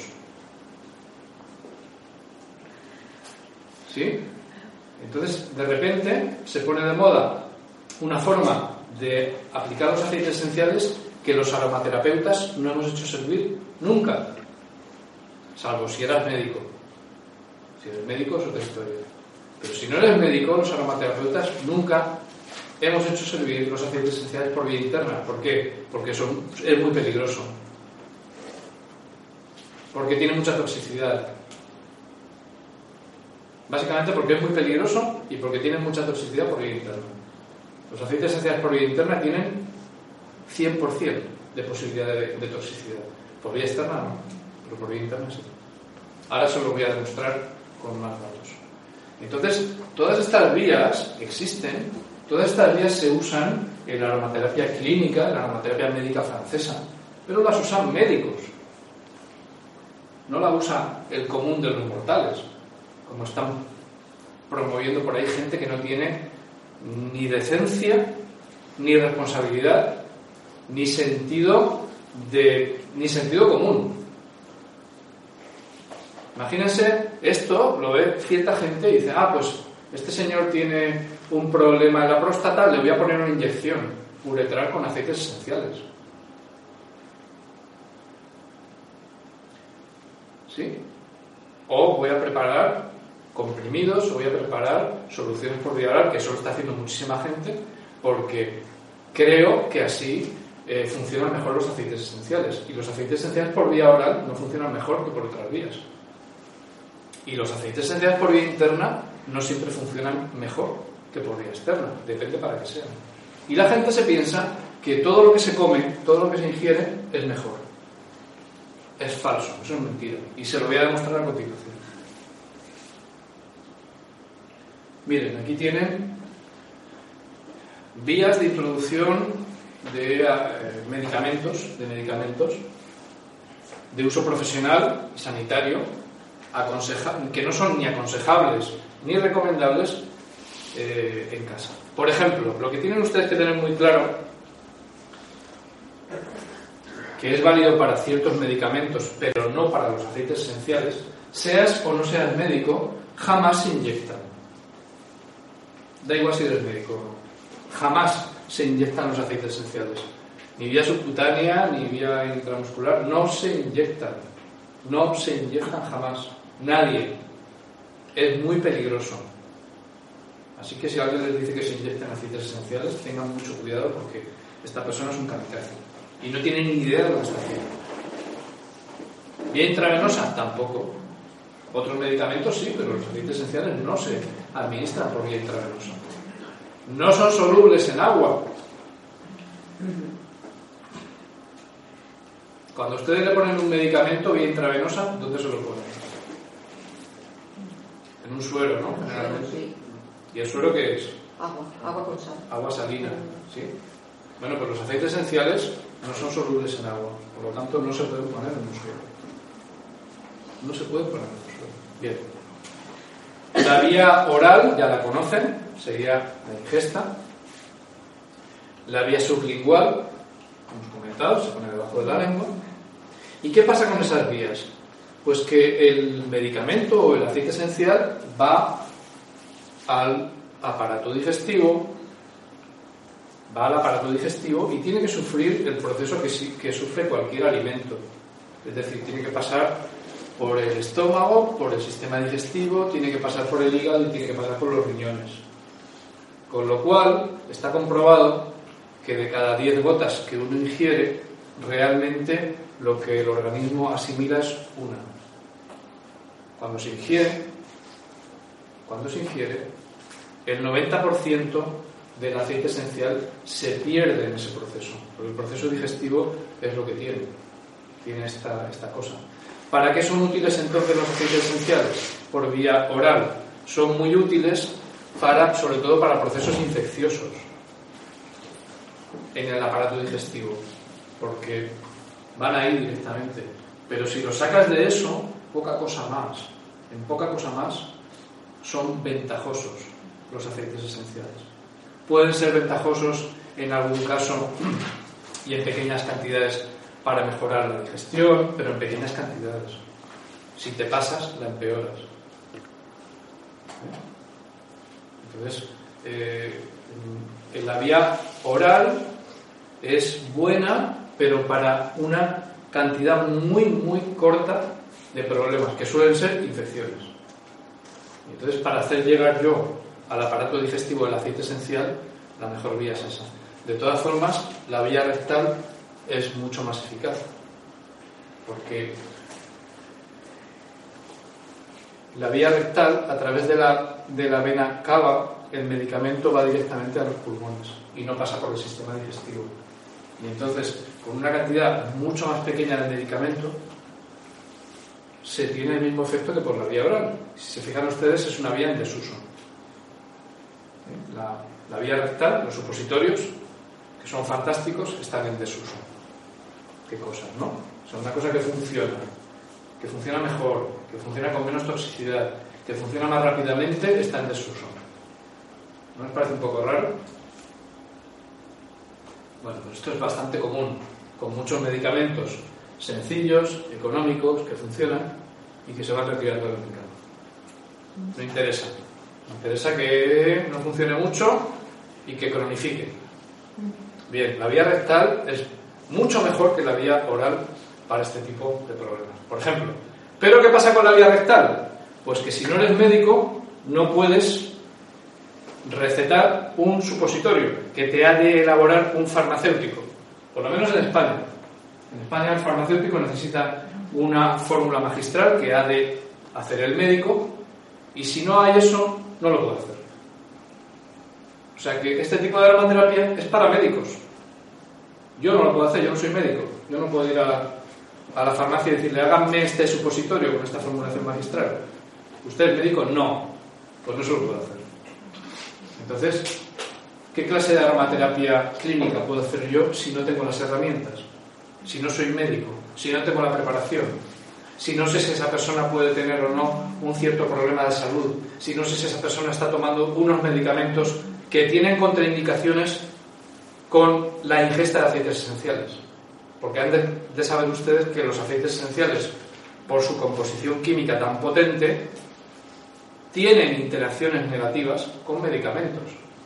Speaker 3: ¿Sí? Entonces, de repente, se pone de moda una forma de aplicar los aceites esenciales que los aromaterapeutas no hemos hecho servir nunca, salvo si eras médico. Si eres médico es otra historia. Pero si no eres médico, los aromaterapeutas nunca hemos hecho servir los aceites esenciales por vía interna. ¿Por qué? Porque es muy peligroso. Porque tiene mucha toxicidad. Básicamente porque es muy peligroso y porque tiene mucha toxicidad por vía interna. Los aceites esenciales por vía interna tienen 100% de posibilidad de toxicidad. Por vía externa no, pero por vía interna sí. Ahora se lo voy a demostrar con más datos. Entonces, todas estas vías existen, todas estas vías se usan en la aromaterapia clínica, en la aromaterapia médica francesa, pero las usan médicos. No la usa el común de los mortales, como están promoviendo por ahí gente que no tiene ni decencia, ni responsabilidad, ni sentido común. Imagínense, esto lo ve cierta gente y dice, pues este señor tiene un problema en la próstata, le voy a poner una inyección uretral con aceites esenciales. ¿Sí? O voy a preparar comprimidos, o voy a preparar soluciones por vía oral, que eso lo está haciendo muchísima gente, porque creo que así funcionan mejor los aceites esenciales. Y los aceites esenciales por vía oral no funcionan mejor que por otras vías. Y los aceites esenciales por vía interna no siempre funcionan mejor que por vía externa, depende para qué sean. Y la gente se piensa que todo lo que se come, todo lo que se ingiere es mejor. Es falso, eso es mentira. Y se lo voy a demostrar a continuación. Miren, aquí tienen vías de introducción de medicamentos de uso profesional y sanitario que no son ni aconsejables ni recomendables en casa. Por ejemplo, lo que tienen ustedes que tener muy claro, que es válido para ciertos medicamentos, pero no para los aceites esenciales, seas o no seas médico, jamás se inyectan. Da igual si eres médico o no. Jamás se inyectan los aceites esenciales. Ni vía subcutánea, ni vía intramuscular. No se inyectan. No se inyectan jamás. Nadie. Es muy peligroso. Así que si alguien les dice que se inyectan aceites esenciales, tengan mucho cuidado porque esta persona es un kamikaze. Y no tiene ni idea de lo que está haciendo. ¿Vía intravenosa? Tampoco. Otros medicamentos sí, pero los aceites esenciales no se administran por vía intravenosa. No son solubles en agua. Cuando ustedes le ponen un medicamento vía intravenosa, ¿dónde se lo ponen? En un suero, ¿no? Generalmente.
Speaker 1: Sí.
Speaker 3: ¿Y el suero qué es?
Speaker 1: Agua con sal.
Speaker 3: Agua salina, ¿sí? Bueno, pues los aceites esenciales no son solubles en agua, por lo tanto no se pueden poner en un suero. No se pueden poner en un suero. Bien. La vía oral, ya la conocen, sería la ingesta. La vía sublingual, hemos comentado, se pone debajo de la lengua. ¿Y qué pasa con esas vías? Pues que el medicamento o el aceite esencial va al aparato digestivo, y tiene que sufrir el proceso que sufre cualquier alimento. Es decir, tiene que pasar por el estómago, por el sistema digestivo, tiene que pasar por el hígado y tiene que pasar por los riñones. Con lo cual, está comprobado que de cada 10 gotas que uno ingiere, realmente lo que el organismo asimila es una. Cuando se ingiere, el 90% del aceite esencial se pierde en ese proceso, porque el proceso digestivo es lo que tiene esta cosa. ¿Para qué son útiles entonces los aceites esenciales? Por vía oral. Son muy útiles sobre todo para procesos infecciosos en el aparato digestivo, porque van ahí directamente. Pero si los sacas de eso, en poca cosa más, son ventajosos los aceites esenciales. Pueden ser ventajosos en algún caso y en pequeñas cantidades para mejorar la digestión, pero en pequeñas cantidades. Si te pasas, la empeoras. Entonces, en la vía oral es buena, pero para una cantidad muy, muy corta de problemas, que suelen ser infecciones. Y entonces, para hacer llegar yo al aparato digestivo del aceite esencial, la mejor vía es esa. De todas formas, la vía rectal es mucho más eficaz, porque la vía rectal, a través de la vena cava, el medicamento va directamente a los pulmones y no pasa por el sistema digestivo. Y entonces, con una cantidad mucho más pequeña de medicamento, se tiene el mismo efecto que por la vía oral. Si se fijan ustedes, es una vía en desuso. La vía rectal, los supositorios, que son fantásticos, están en desuso. Qué cosas, ¿no? O sea, una cosa que funciona mejor, que funciona con menos toxicidad, que funciona más rápidamente, está en desuso. ¿No les parece un poco raro? Bueno, pues esto es bastante común, con muchos medicamentos sencillos, económicos, que funcionan y que se van retirando del mercado. No interesa. Interesa que no funcione mucho y que cronifique. Bien, la vía rectal es mucho mejor que la vía oral para este tipo de problemas. Por ejemplo, ¿pero qué pasa con la vía rectal? Pues que si no eres médico, no puedes recetar un supositorio que te ha de elaborar un farmacéutico, por lo menos en España. En España el farmacéutico necesita una fórmula magistral que ha de hacer el médico, y si no hay eso, no lo puede hacer. O sea que este tipo de aromaterapia es para médicos. Yo no lo puedo hacer, yo no soy médico. Yo no puedo ir a la farmacia y decirle, háganme este supositorio con esta formulación magistral. ¿Usted es médico? No. Pues no se lo puedo hacer. Entonces, ¿qué clase de aromaterapia clínica puedo hacer yo si no tengo las herramientas? Si no soy médico, si no tengo la preparación, si no sé si esa persona puede tener o no un cierto problema de salud, si no sé si esa persona está tomando unos medicamentos que tienen contraindicaciones con la ingesta de aceites esenciales. Porque han de saber ustedes que los aceites esenciales, por su composición química tan potente, tienen interacciones negativas con medicamentos.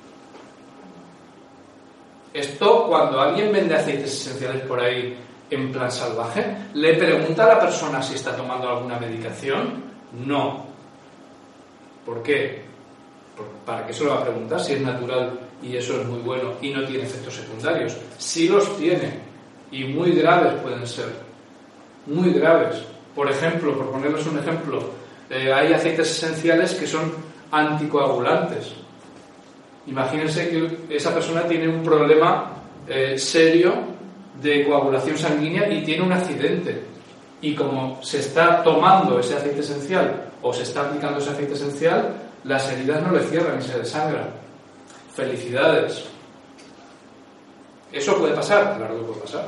Speaker 3: Esto, cuando alguien vende aceites esenciales por ahí en plan salvaje, ¿le pregunta a la persona si está tomando alguna medicación? No. ¿Por qué? ¿Para qué se lo va a preguntar si es natural y eso es muy bueno y no tiene efectos secundarios? Sí los tiene, y muy graves pueden ser. Muy graves. Por ejemplo, por ponerles un ejemplo, hay aceites esenciales que son anticoagulantes. Imagínense que esa persona tiene un problema serio de coagulación sanguínea y tiene un accidente. Y como se está tomando ese aceite esencial o se está aplicando ese aceite esencial, las heridas no le cierran y se desangran. Felicidades. ¿Eso puede pasar? Claro que puede pasar.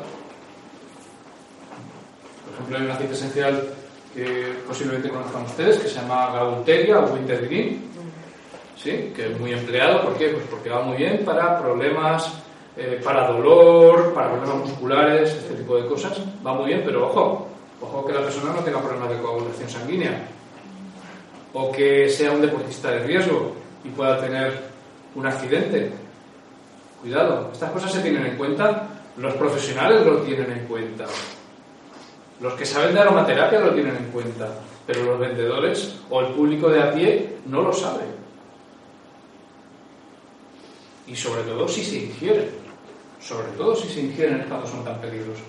Speaker 3: Por ejemplo, hay un aceite esencial que posiblemente conozcan ustedes, que se llama Gaulteria o Winter Green, ¿sí? Que es muy empleado. ¿Por qué? Pues porque va muy bien para problemas, para dolor, para problemas musculares, este tipo de cosas. Va muy bien, pero ojo que la persona no tenga problemas de coagulación sanguínea, o que sea un deportista de riesgo y pueda tener un accidente. Cuidado, estas cosas se tienen en cuenta, los profesionales lo tienen en cuenta, los que saben de aromaterapia lo tienen en cuenta, pero los vendedores o el público de a pie no lo sabe. Y sobre todo si se ingieren, cuando son tan peligrosos.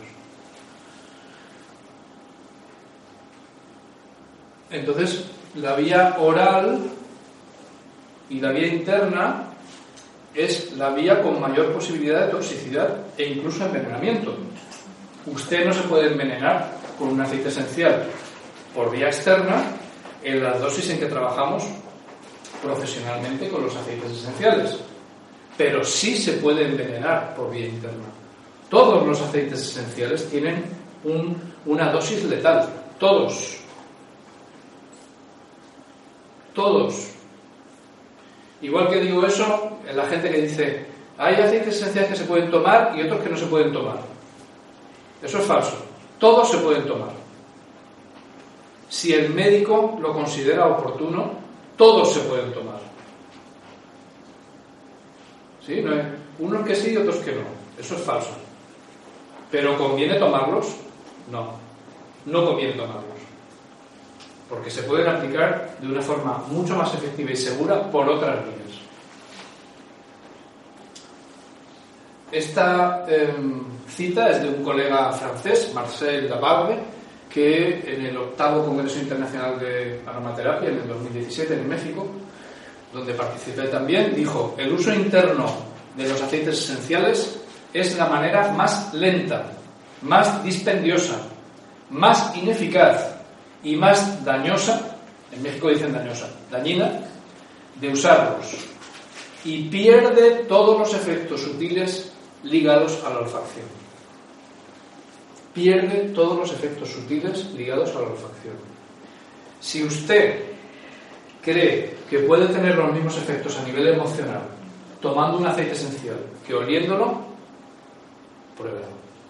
Speaker 3: Entonces, la vía oral y la vía interna es la vía con mayor posibilidad de toxicidad e incluso envenenamiento. Usted no se puede envenenar con un aceite esencial por vía externa en las dosis en que trabajamos profesionalmente con los aceites esenciales, pero sí se puede envenenar por vía interna. Todos los aceites esenciales tienen una dosis letal, todos. Igual que digo eso, la gente que dice hay aceites esenciales que se pueden tomar y otros que no se pueden tomar. Eso es falso. Todos se pueden tomar. Si el médico lo considera oportuno, todos se pueden tomar. ¿Sí? No hay unos que sí y otros que no. Eso es falso. ¿Pero conviene tomarlos? No conviene tomarlos. Porque se pueden aplicar de una forma mucho más efectiva y segura por otras vías. Esta cita es de un colega francés, Marcel Labarre, que en el 8º Congreso Internacional de Aromaterapia, en el 2017 en México, donde participé también, dijo: el uso interno de los aceites esenciales es la manera más lenta, más dispendiosa, más ineficaz y más dañosa, en México dicen dañina, de usarlos, y pierde todos los efectos sutiles ligados a la olfacción. Pierde todos los efectos sutiles ligados a la olfacción. Si usted cree que puede tener los mismos efectos a nivel emocional tomando un aceite esencial que oliéndolo, pruébalo.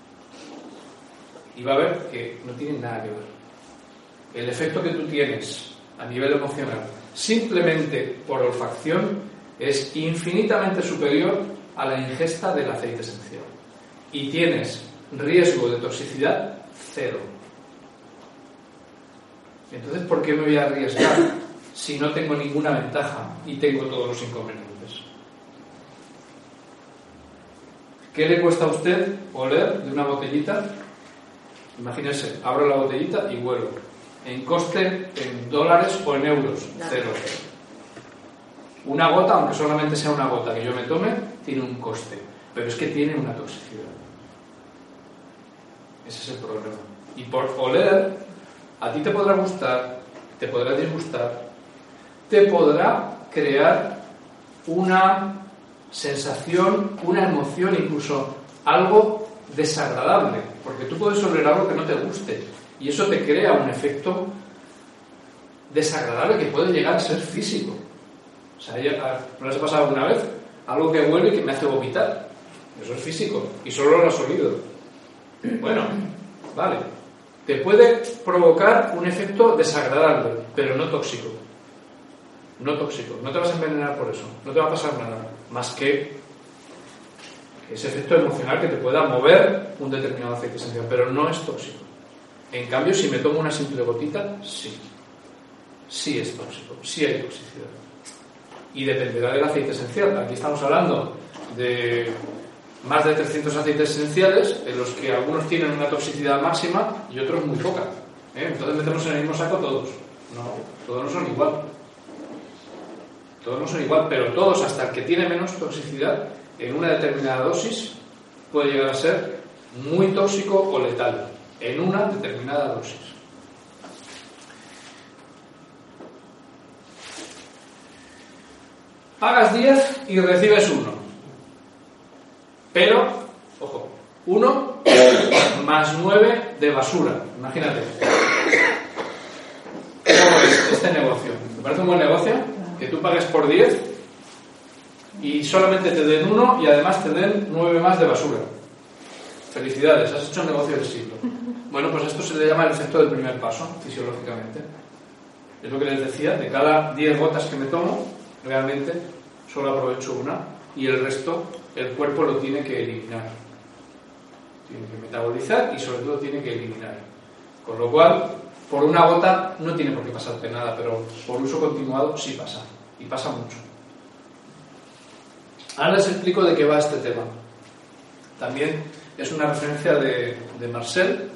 Speaker 3: Y va a ver que no tiene nada que ver. El efecto que tú tienes a nivel emocional simplemente por olfacción es infinitamente superior a la ingesta del aceite esencial. Y tienes riesgo de toxicidad cero. Entonces, ¿por qué me voy a arriesgar si no tengo ninguna ventaja y tengo todos los inconvenientes? ¿Qué le cuesta a usted oler de una botellita? Imagínese, abro la botellita y huelo. En coste, en dólares o en euros, cero. Una gota, aunque solamente sea una gota que yo me tome, tiene un coste, pero es que tiene una toxicidad. Ese es el problema. Y por oler, a ti te podrá gustar, te podrá disgustar, te podrá crear una sensación, una emoción, incluso algo desagradable, porque tú puedes oler algo que no te guste. Y eso te crea un efecto desagradable que puede llegar a ser físico. O sea, ¿no les ha pasado alguna vez? Algo que huele y que me hace vomitar. Eso es físico. Y solo lo has olido. Bueno, vale. Te puede provocar un efecto desagradable, pero no tóxico. no tóxico. No te vas a envenenar por eso, no te va a pasar nada, más que ese efecto emocional que te pueda mover un determinado aceite esencial, pero no es tóxico. En cambio, si me tomo una simple gotita, sí es tóxico, sí hay toxicidad. Y dependerá del aceite esencial. Aquí estamos hablando de más de 300 aceites esenciales, en los que algunos tienen una toxicidad máxima y otros muy poca. Entonces metemos en el mismo saco todos. No, todos no son igual. Todos no son igual, pero todos, hasta el que tiene menos toxicidad, en una determinada dosis, puede llegar a ser muy tóxico o letal, en una determinada dosis. Pagas 10 y recibes 1. Pero, ojo, 1 más 9 de basura. Imagínate. ¿Cómo es este negocio? ¿Te parece un buen negocio? Que tú pagues por 10 y solamente te den 1 y además te den 9 más de basura. Felicidades, has hecho un negocio del siglo. Bueno, pues esto se le llama el efecto del primer paso, fisiológicamente. Es lo que les decía, de cada 10 gotas que me tomo, realmente solo aprovecho una y el resto el cuerpo lo tiene que eliminar. Tiene que metabolizar y sobre todo tiene que eliminar. Con lo cual, por una gota no tiene por qué pasarte nada, pero por uso continuado sí pasa, y pasa mucho. Ahora les explico de qué va este tema. También es una referencia de Marcel.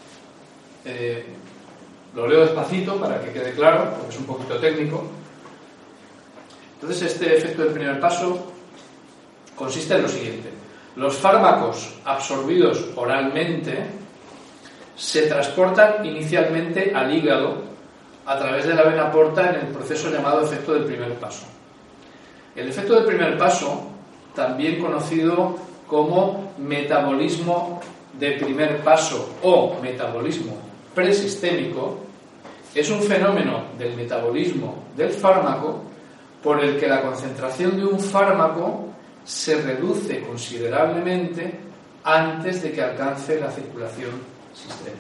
Speaker 3: Lo leo despacito para que quede claro, porque es un poquito técnico. Entonces, este efecto del primer paso consiste en lo siguiente. Los fármacos absorbidos oralmente se transportan inicialmente al hígado a través de la vena porta en el proceso llamado efecto del primer paso. El efecto del primer paso, también conocido como metabolismo de primer paso o metabolismo presistémico, es un fenómeno del metabolismo del fármaco por el que la concentración de un fármaco se reduce considerablemente antes de que alcance la circulación sistémica.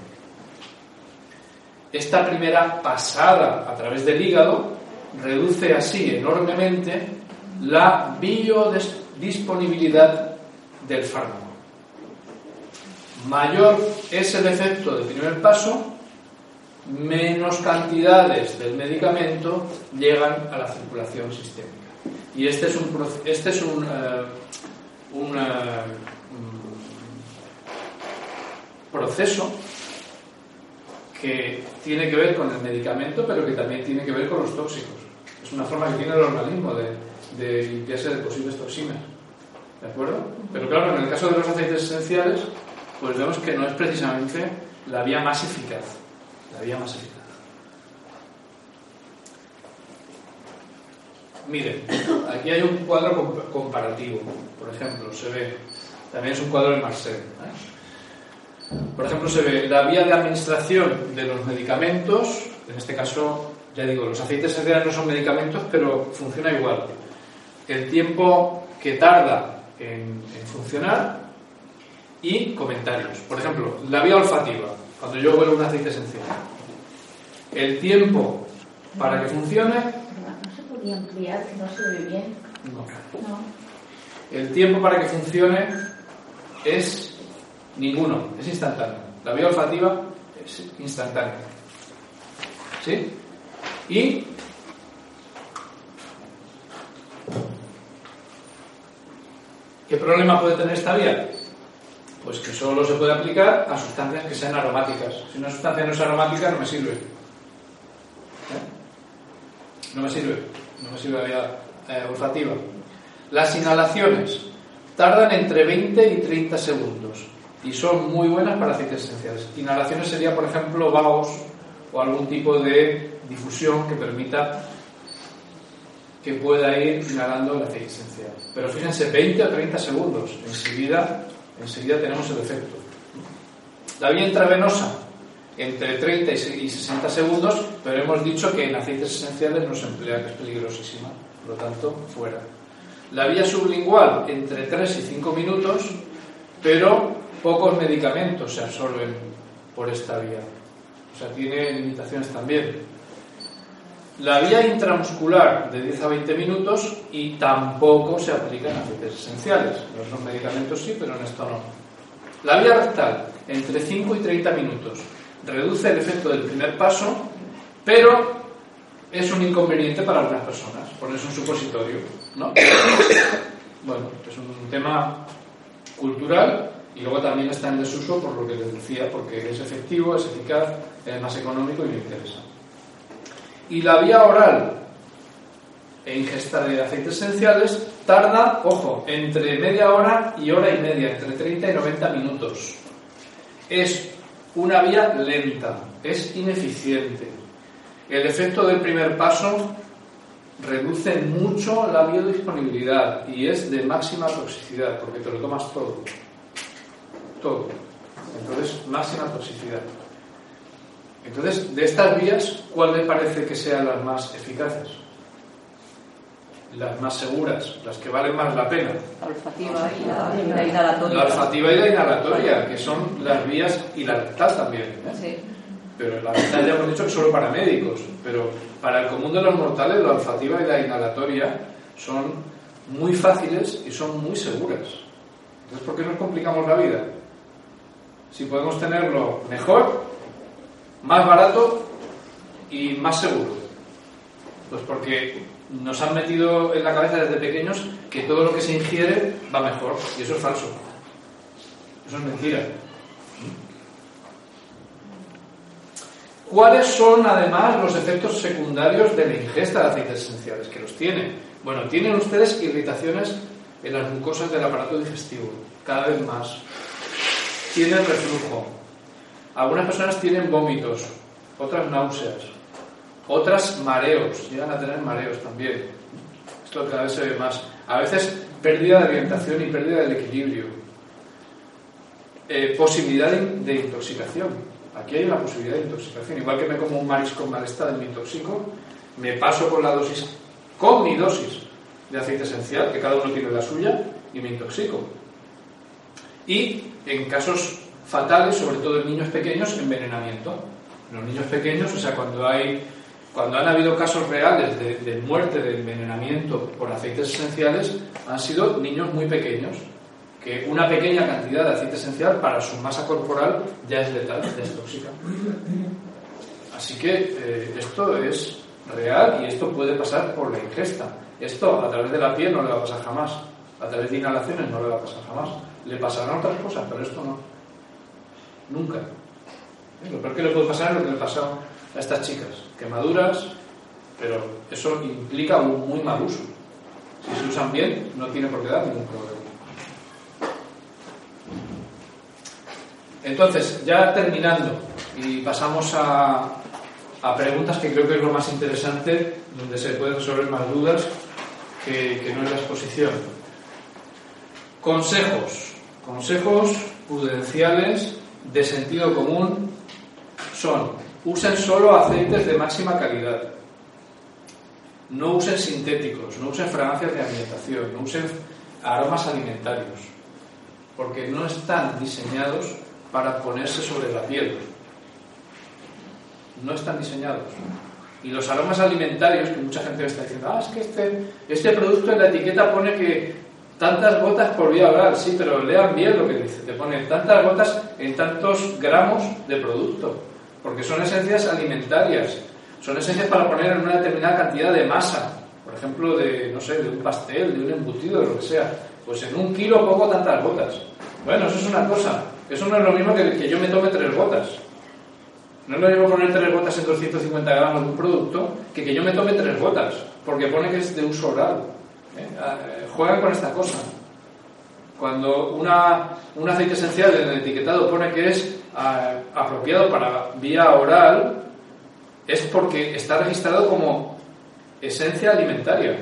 Speaker 3: Esta primera pasada a través del hígado reduce así enormemente la biodisponibilidad del fármaco. Mayor es el efecto del primer paso, menos cantidades del medicamento llegan a la circulación sistémica. Y este es un proceso que tiene que ver con el medicamento, pero que también tiene que ver con los tóxicos. Es una forma que tiene el organismo de limpiarse de posibles toxinas. ¿De acuerdo? Pero claro, en el caso de los aceites esenciales, pues vemos que no es precisamente la vía más eficaz. Miren, aquí hay un cuadro comparativo, por ejemplo, se ve, también es un cuadro de Marcel, Por ejemplo, se ve la vía de administración de los medicamentos, en este caso, ya digo, los aceites esenciales no son medicamentos, pero funciona igual. El tiempo que tarda en funcionar y comentarios. Por ejemplo, la vía olfativa, cuando yo huelo un aceite esencial. El tiempo para que funcione...
Speaker 2: ¿No se podía ampliar, que no se ve bien?
Speaker 3: No. El tiempo para que funcione es ninguno, es instantáneo. La vía olfativa es instantánea. ¿Sí? Y ¿qué problema puede tener esta vía? Pues que solo se puede aplicar a sustancias que sean aromáticas. Si una sustancia no es aromática, no me sirve. No me sirve la vía olfativa. Las inhalaciones tardan entre 20 y 30 segundos y son muy buenas para aceites esenciales. Inhalaciones sería, por ejemplo, vagos o algún tipo de difusión que permita que pueda ir inhalando el aceite esencial. Pero fíjense, 20 o 30 segundos, enseguida tenemos el efecto. La vía intravenosa, entre 30 y 60 segundos, pero hemos dicho que en aceites esenciales no se emplea, que es peligrosísima, por lo tanto, fuera. La vía sublingual, entre 3 y 5 minutos, pero pocos medicamentos se absorben por esta vía. O sea, tiene limitaciones también. La vía intramuscular de 10 a 20 minutos y tampoco se aplica en aceites esenciales. En los medicamentos sí, pero en esto no. La vía rectal, entre 5 y 30 minutos. Reduce el efecto del primer paso, pero es un inconveniente para algunas personas. Ponerse un supositorio, ¿no? Bueno, es un tema cultural y luego también está en desuso por lo que les decía, porque es efectivo, es eficaz, es más económico y me interesa. Y la vía oral e ingesta de aceites esenciales tarda, ojo, entre media hora y hora y media, entre 30 y 90 minutos. Es una vía lenta, es ineficiente. El efecto del primer paso reduce mucho la biodisponibilidad y es de máxima toxicidad, porque te lo tomas todo. Todo. Entonces, máxima toxicidad. Entonces, de estas vías, ¿cuál me parece que sean las más eficaces? Las más seguras, las que valen más la pena.
Speaker 1: La olfativa y la inhalatoria.
Speaker 3: La olfativa y la inhalatoria, que son las vías, y la rectal también, ¿eh? Sí. Pero la rectal ya hemos dicho que solo para médicos, pero para el común de los mortales, la olfativa y la inhalatoria son muy fáciles y son muy seguras. Entonces, ¿por qué nos complicamos la vida? Si podemos tenerlo mejor, más barato y más seguro. Pues porque nos han metido en la cabeza desde pequeños que todo lo que se ingiere va mejor, y eso es falso. Eso es mentira. ¿Cuáles son además los efectos secundarios de la ingesta de aceites esenciales? Que los tienen. Bueno, tienen ustedes irritaciones en las mucosas del aparato digestivo, cada vez más. Tienen reflujo. Algunas personas tienen vómitos, otras náuseas, otras mareos, llegan a tener mareos también. Esto cada vez se ve más. A veces pérdida de orientación y pérdida del equilibrio. Posibilidad de intoxicación. Aquí hay una posibilidad de intoxicación. Igual que me como un marisco en mal estado y me intoxico, me paso con la dosis, con mi dosis de aceite esencial, que cada uno tiene la suya, y me intoxico. Y en casos fatales, sobre todo en niños pequeños, envenenamiento. En los niños pequeños, o sea, cuando han habido casos reales de muerte, de envenenamiento por aceites esenciales, han sido niños muy pequeños, que una pequeña cantidad de aceite esencial para su masa corporal ya es letal, ya es tóxica. Así que esto es real y esto puede pasar por la ingesta. Esto a través de la piel no le va a pasar jamás, a través de inhalaciones no le va a pasar jamás. Le pasarán otras cosas, pero esto no. Nunca. Lo peor que le puede pasar es lo que le pasó a estas chicas, quemaduras, pero eso implica un muy mal uso. Si se usan bien, no tiene por qué dar ningún problema. Entonces, ya terminando, y pasamos a preguntas que creo que es lo más interesante, donde se pueden resolver más dudas que no en la exposición. Consejos prudenciales de sentido común son: usen solo aceites de máxima calidad, no usen sintéticos, no usen fragancias de alimentación, no usen aromas alimentarios, porque no están diseñados para ponerse sobre la piel. No están diseñados. Y los aromas alimentarios, que mucha gente me está diciendo, es que este producto en la etiqueta pone que tantas gotas por vía oral. Sí, pero lean bien lo que dice. Te pone tantas gotas en tantos gramos de producto, porque son esencias alimentarias, son esencias para poner en una determinada cantidad de masa, por ejemplo, de un pastel, de un embutido, de lo que sea. Pues en 1 kilo pongo tantas gotas. Bueno, eso es una cosa. Eso no es lo mismo que yo me tome 3 gotas. No es lo mismo poner 3 gotas en 250 gramos de un producto que yo me tome 3 gotas, porque pone que es de uso oral. Juegan con esta cosa. Cuando un aceite esencial en el etiquetado pone que es apropiado para vía oral, es porque está registrado como esencia alimentaria.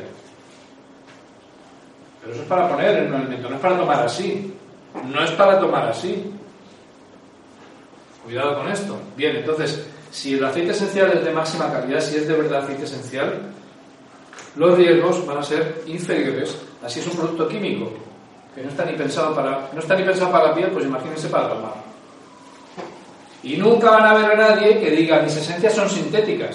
Speaker 3: Pero eso es para poner en un alimento, no es para tomar así. No es para tomar así. Cuidado con esto. Bien, entonces, si el aceite esencial es de máxima calidad, si es de verdad aceite esencial, los riesgos van a ser inferiores. Así es un producto químico que no está ni pensado para la piel, pues imagínense para tomar. Y nunca van a ver a nadie que diga mis esencias son sintéticas.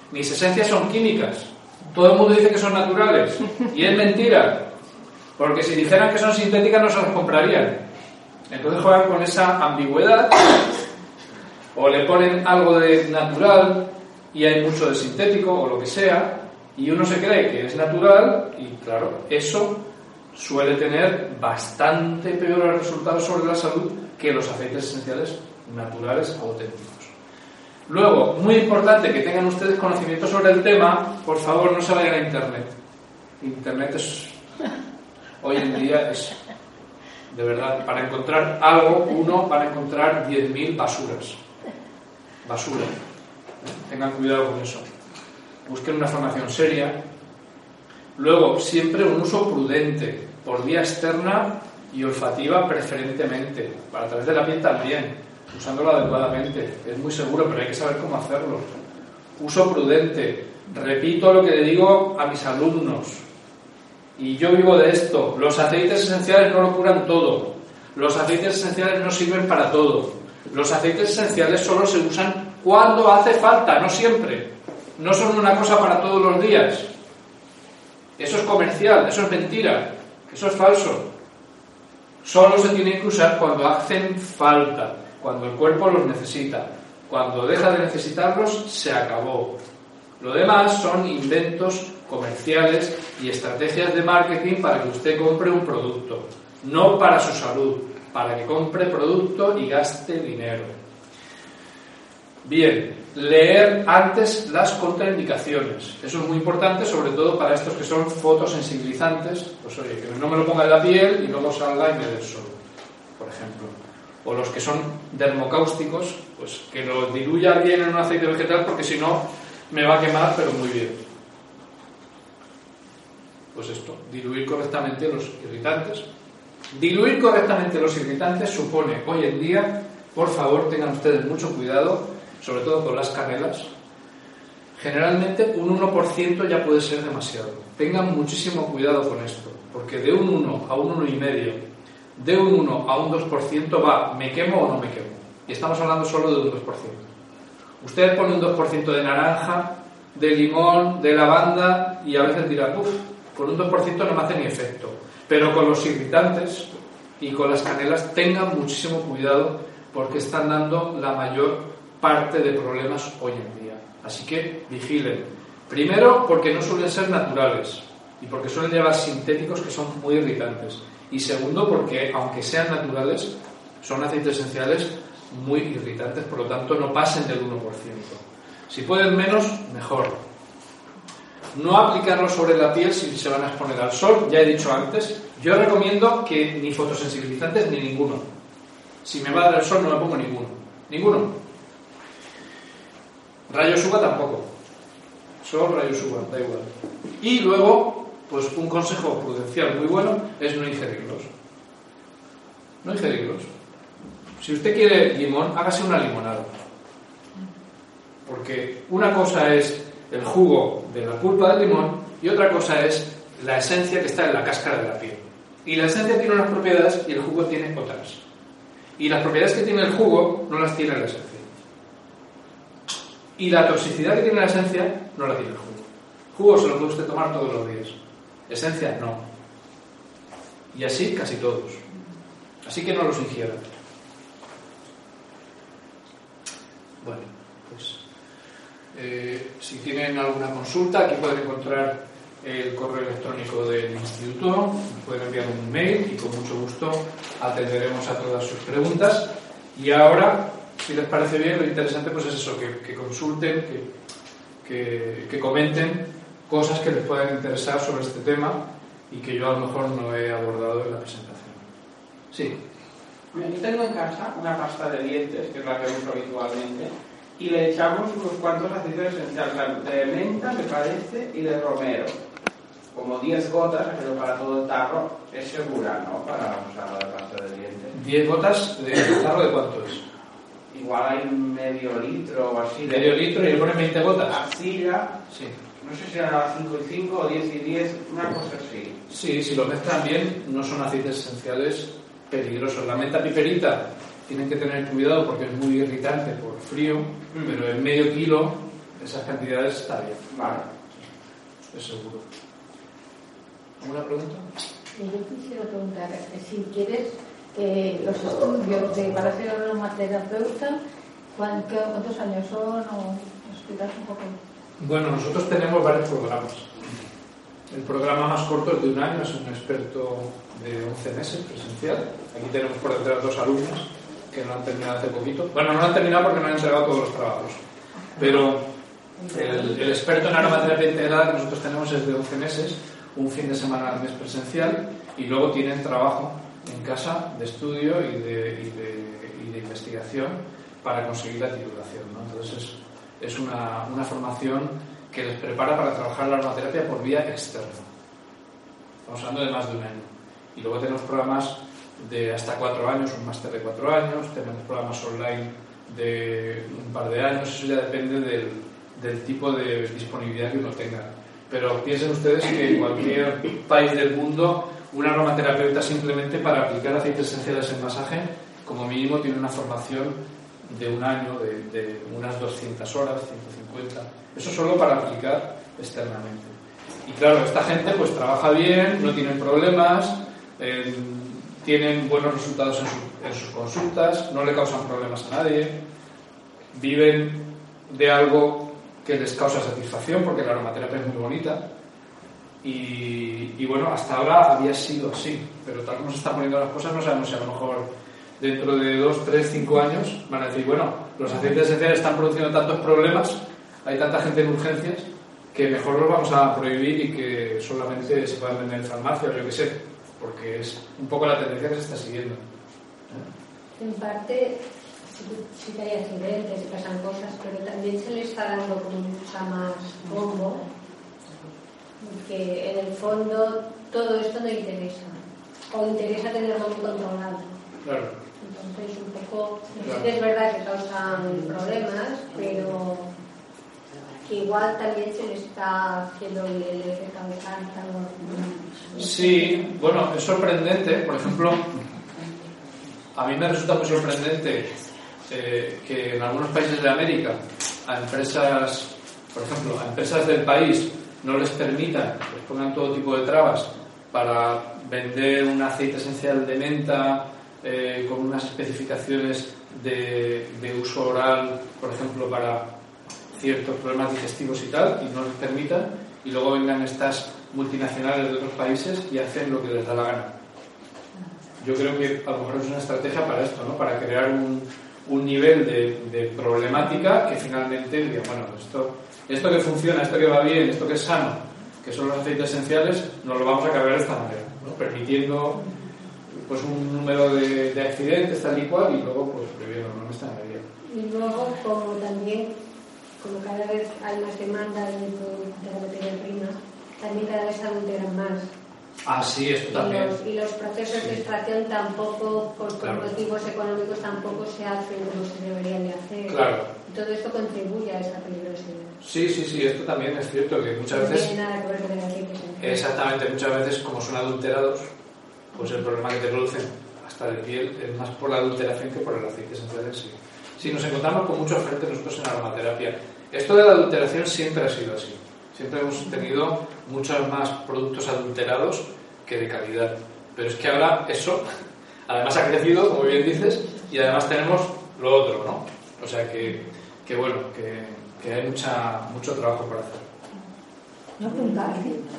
Speaker 3: Mis esencias son químicas. Todo el mundo dice que son naturales. Y es mentira. Porque si dijeran que son sintéticas no se las comprarían. Entonces juegan con esa ambigüedad. O le ponen algo de natural y hay mucho de sintético o lo que sea. Y uno se cree que es natural y claro, eso suele tener bastante peores resultados sobre la salud que los aceites esenciales naturales auténticos. Luego, muy importante que tengan ustedes conocimiento sobre el tema, por favor no se vayan a Internet. Internet es, hoy en día es, de verdad, para encontrar algo, uno van a encontrar 10.000 basuras. Basura. Tengan cuidado con eso. Busquen una formación seria. Luego, siempre un uso prudente, por vía externa y olfativa preferentemente, a través de la piel también, usándolo adecuadamente. Es muy seguro, pero hay que saber cómo hacerlo. Uso prudente. Repito lo que le digo a mis alumnos, y yo vivo de esto. Los aceites esenciales no lo curan todo. Los aceites esenciales no sirven para todo. Los aceites esenciales solo se usan cuando hace falta, no siempre. No son una cosa para todos los días. Eso es comercial, eso es mentira, eso es falso. Solo se tienen que usar cuando hacen falta, cuando el cuerpo los necesita. Cuando deja de necesitarlos, se acabó. Lo demás son inventos comerciales y estrategias de marketing para que usted compre un producto, no para su salud, para que compre producto y gaste dinero. Bien, leer antes las contraindicaciones. Eso es muy importante, sobre todo para estos que son fotosensibilizantes. Pues oye, que no me lo ponga en la piel y luego salga y me dé el sol, por ejemplo. O los que son dermocáusticos, pues que lo diluya bien en un aceite vegetal porque si no me va a quemar, pero muy bien. Pues esto, diluir correctamente los irritantes. Diluir correctamente los irritantes supone, hoy en día, por favor, tengan ustedes mucho cuidado, sobre todo con las canelas. Generalmente un 1% ya puede ser demasiado. Tengan muchísimo cuidado con esto, porque de un 1 a un 1,5%, de un 1 a un 2% va, ¿me quemo o no me quemo? Y estamos hablando solo de un 2%. Usted pone un 2% de naranja, de limón, de lavanda y a veces dirá, con un 2% no me hace ni efecto. Pero con los irritantes y con las canelas tengan muchísimo cuidado porque están dando la mayor parte de problemas hoy en día. Así que vigilen. Primero porque no suelen ser naturales y porque suelen llevar sintéticos que son muy irritantes. Y segundo porque aunque sean naturales son aceites esenciales muy irritantes, por lo tanto no pasen del 1%. Si pueden menos, mejor. No aplicarlo sobre la piel si se van a exponer al sol, ya he dicho antes. Yo recomiendo que ni fotosensibilizantes ni ninguno. Si me va a dar el sol no me pongo ninguno. Ninguno. Rayos UVA tampoco. Sol, rayos UVA, da igual. Y luego, pues un consejo prudencial muy bueno es no ingerirlos. No ingerirlos. Si usted quiere limón, hágase una limonada. Porque una cosa es el jugo de la pulpa del limón y otra cosa es la esencia que está en la cáscara de la piel. Y la esencia tiene unas propiedades y el jugo tiene otras. Y las propiedades que tiene el jugo no las tiene la esencia. Y la toxicidad que tiene la esencia no la tiene el jugo. Jugo se lo puede usted tomar todos los días. Esencia no. Y así casi todos. Así que no los ingieran. Bueno, pues si tienen alguna consulta, aquí pueden encontrar el correo electrónico del instituto, nos pueden enviar un mail y con mucho gusto atenderemos a todas sus preguntas. Y ahora, si les parece bien, lo interesante pues es eso, que consulten, que comenten cosas que les puedan interesar sobre este tema y que yo a lo mejor no he abordado en la presentación. Sí.
Speaker 4: Yo tengo en casa una pasta de dientes, que es la que uso habitualmente, y le echamos unos cuantos aceites esenciales, de menta, me parece, y de romero. Como 10 gotas, pero para todo el tarro, es segura, ¿no? Para usar la pasta de dientes.
Speaker 3: 10 gotas de tarro, ¿de cuánto es?
Speaker 4: Igual hay medio litro o así.
Speaker 3: ¿Medio litro y le ponen 20 gotas?
Speaker 4: Arcilla.
Speaker 3: Sí.
Speaker 4: No sé si era 5 y 5 o 10 y 10, una cosa así.
Speaker 3: Sí, si lo mezclan bien, no son aceites esenciales peligrosos. La menta piperita tienen que tener cuidado porque es muy irritante por frío, pero en medio kilo esas cantidades está bien.
Speaker 4: Vale.
Speaker 3: Es seguro. ¿Alguna pregunta?
Speaker 2: Yo quisiera preguntar, si quieres, los estudios para ser aromaterapeuta, ¿cuántos años son? ¿O explicas un poco?
Speaker 3: Bueno, nosotros tenemos varios programas. El programa más corto es de 1 año, es un experto de 11 meses presencial. Aquí tenemos por detrás 2 alumnas que no han terminado hace poquito. Bueno, no han terminado porque no han entregado todos los trabajos. Pero el experto en aromaterapia integrada que nosotros tenemos es de 11 meses, un fin de semana al mes presencial, y luego tienen trabajo en casa de estudio y de investigación para conseguir la titulación, ¿no? Entonces es una formación que les prepara para trabajar la aromaterapia por vía externa. Estamos hablando de más de 1 año. Y luego tenemos programas de hasta 4 años, un máster de 4 años, tenemos programas online de un par de años, eso ya depende del tipo de disponibilidad que uno tenga. Pero piensen ustedes que en cualquier país del mundo, un aromaterapeuta simplemente para aplicar aceites esenciales en masaje, como mínimo tiene una formación de 1 año, de unas 200 horas, 150. Eso solo para aplicar externamente. Y claro, esta gente pues trabaja bien, no tienen problemas, tienen buenos resultados en sus consultas, no le causan problemas a nadie, viven de algo que les causa satisfacción, porque la aromaterapia es muy bonita. Y bueno, hasta ahora había sido así, pero tal como se están poniendo las cosas, no sabemos si a lo mejor dentro de 2, 3, 5 años van a decir, bueno, los aceites esenciales están produciendo tantos problemas, hay tanta gente en urgencias, que mejor los vamos a prohibir y que solamente se puedan vender en farmacia o yo qué sé, porque es un poco la tendencia que se está siguiendo.
Speaker 5: En parte sí que hay accidentes y pasan cosas, pero también se le está dando como mucha más bombo, que en el fondo todo esto no interesa, o interesa tenerlo muy controlado.
Speaker 3: Claro.
Speaker 5: Entonces un poco, claro, sí que es verdad que causan problemas, pero que igual también se le está haciendo el recalcar algo.
Speaker 3: Sí, bueno, es sorprendente, por ejemplo, a mí me resulta muy sorprendente que en algunos países de América a empresas, por ejemplo, a empresas del país no les permitan, les pongan todo tipo de trabas para vender un aceite esencial de menta con unas especificaciones de uso oral, por ejemplo, para ciertos problemas digestivos y tal, y no les permitan, y luego vengan estas multinacionales de otros países y hacen lo que les da la gana. Yo creo que a lo mejor es una estrategia para esto, ¿no? Para crear un nivel de problemática que finalmente diga, bueno, esto que funciona, esto que va bien, esto que es sano, que son los aceites esenciales, nos lo vamos a cargar de esta manera, ¿no? Permitiendo pues un número de accidentes tal y cual, y luego pues prohibiendo, no está en medio.
Speaker 5: Y luego, como también, como cada vez hay más demanda de la materia prima, también cada vez se adulteran más.
Speaker 3: Ah, sí, esto también.
Speaker 5: Y los procesos de extracción tampoco, por motivos económicos, tampoco se hacen como se deberían de hacer.
Speaker 3: Claro.
Speaker 5: Todo esto contribuye a esta peligrosidad.
Speaker 3: Sí, esto también es cierto, que muchas veces...
Speaker 5: No tiene nada que ver con el aceite esencial.
Speaker 3: Exactamente, muchas veces como son adulterados, pues el problema que te producen hasta de piel es más por la adulteración que por el aceite esencial en sí. Sí, nos encontramos con muchos frentes nosotros en aromaterapia. Esto de la adulteración siempre ha sido así. Siempre hemos tenido muchos más productos adulterados que de calidad. Pero es que ahora eso, además ha crecido, como bien dices, y además tenemos lo otro, ¿no? O sea que bueno, que hay mucho trabajo para hacer.
Speaker 2: No apuntar,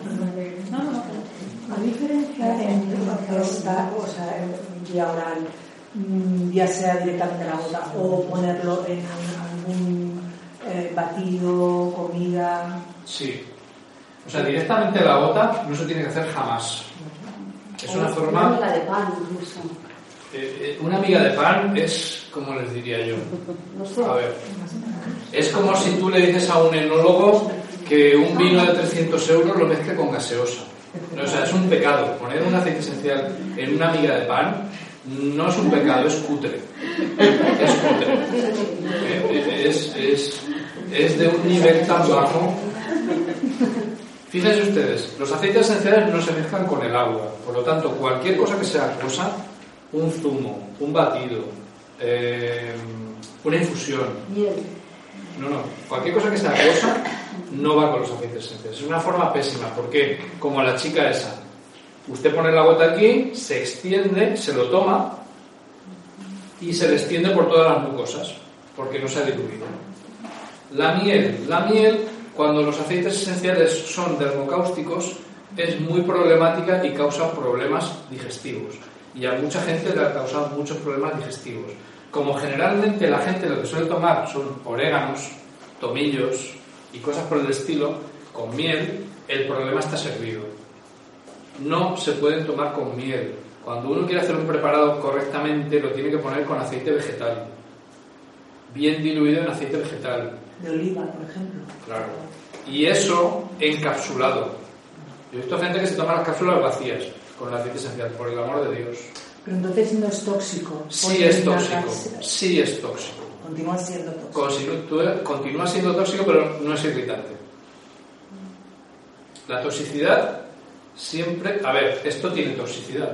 Speaker 2: a diferencia entre esta, o sea, vía oral, ya sea directamente a la gota o ponerlo en algún batido, comida.
Speaker 3: Sí. O sea, directamente a la gota no se tiene que hacer jamás. Es una forma...
Speaker 6: Una miga de pan, incluso.
Speaker 3: Una miga de pan es, como les diría yo.
Speaker 6: No sé.
Speaker 3: A ver. Es como si tú le dices a un enólogo que un vino de 300 euros lo mezcle con gaseosa. O sea, es un pecado. Poner un aceite esencial en una miga de pan no es un pecado, es cutre. Es cutre. Es de un nivel tan bajo. Fíjense ustedes, los aceites esenciales no se mezclan con el agua. Por lo tanto, cualquier cosa que sea acuosa, un zumo, un batido, una infusión, No. Cualquier cosa que sea acuosa no va con los aceites esenciales. Es una forma pésima, porque como la chica esa, usted pone la gota aquí, se extiende, se lo toma y se le extiende por todas las mucosas, porque no se ha diluido. La miel, cuando los aceites esenciales son dermocáusticos, es muy problemática y causa problemas digestivos. Y a mucha gente le ha causado muchos problemas digestivos. Como generalmente la gente lo que suele tomar son oréganos, tomillos y cosas por el estilo, con miel, el problema está servido. No se pueden tomar con miel. Cuando uno quiere hacer un preparado correctamente, lo tiene que poner con aceite vegetal, bien diluido en aceite vegetal.
Speaker 2: De oliva, por ejemplo.
Speaker 3: Claro. Y eso encapsulado. Yo he visto gente que se toma las cápsulas vacías con el aceite esencial, por el amor de Dios.
Speaker 2: Pero entonces no es tóxico.
Speaker 3: Sí es tóxico. Sí es tóxico.
Speaker 2: Continúa siendo tóxico.
Speaker 3: Continúa siendo tóxico, pero no es irritante. La toxicidad siempre... A ver, esto tiene toxicidad.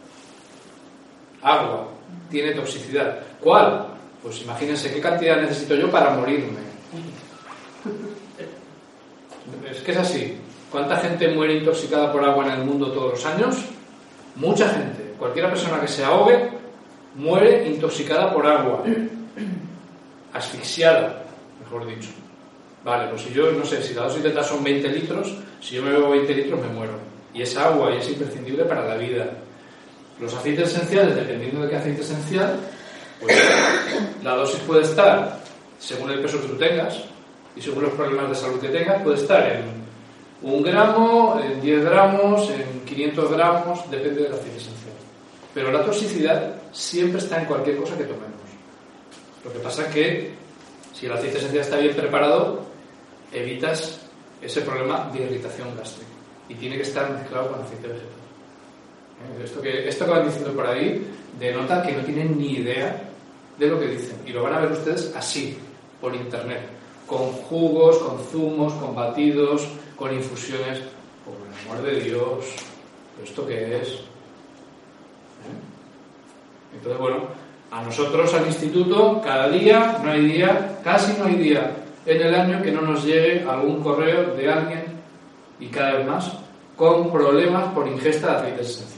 Speaker 3: Agua tiene toxicidad. ¿Cuál? Pues imagínense qué cantidad necesito yo para morirme. Es que es así. ¿Cuánta gente muere intoxicada por agua en el mundo todos los años? Mucha gente. Cualquier persona que se ahogue muere intoxicada por agua. Asfixiada, mejor dicho. Vale, pues si yo, no sé, si la dosis de tal son 20 litros, si yo me bebo 20 litros me muero. Y es agua y es imprescindible para la vida. Los aceites esenciales, dependiendo de qué aceite esencial, pues la dosis puede estar, según el peso que tú tengas y según los problemas de salud que tengas, puede estar en 1 gramo, en 10 gramos, en 500 gramos, depende del aceite esencial. Pero la toxicidad siempre está en cualquier cosa que tomemos. Lo que pasa es que si el aceite esencial está bien preparado, evitas ese problema de irritación gástrica. Y tiene que estar mezclado con aceite vegetal. Esto que van diciendo por ahí denota que no tienen ni idea de lo que dicen. Y lo van a ver ustedes así, por internet. Con jugos, con zumos, con batidos, con infusiones. Por el amor de Dios, ¿esto qué es? Entonces, bueno, a nosotros, al instituto, cada día, no hay día, casi no hay día en el año que no nos llegue algún correo de alguien, y cada vez más, con problemas por ingesta de aceites esenciales.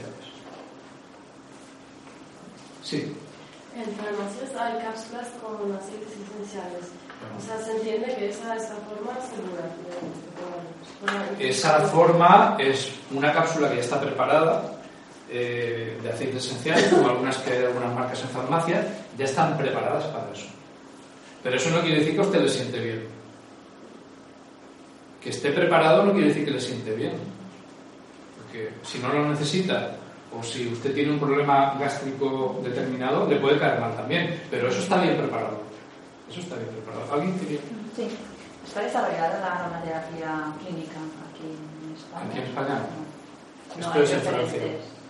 Speaker 3: Sí.
Speaker 7: En farmacias hay cápsulas con aceites esenciales. O sea, se entiende que esa es la forma segura de
Speaker 3: esa forma es una cápsula que ya está preparada de aceites esenciales, como algunas que hay de algunas marcas en farmacia, ya están preparadas para eso. Pero eso no quiere decir que a usted le siente bien. Que esté preparado no quiere decir que le siente bien. Porque si no lo necesita, o si usted tiene un problema gástrico determinado, le puede caer mal también. Pero eso está bien preparado. Eso está bien preparado. ¿Alguien quiere?
Speaker 8: Sí. ¿Está desarrollada la aromaterapia clínica aquí en España?
Speaker 3: ¿Aquí en España?
Speaker 8: No,
Speaker 3: Esto es en Francia.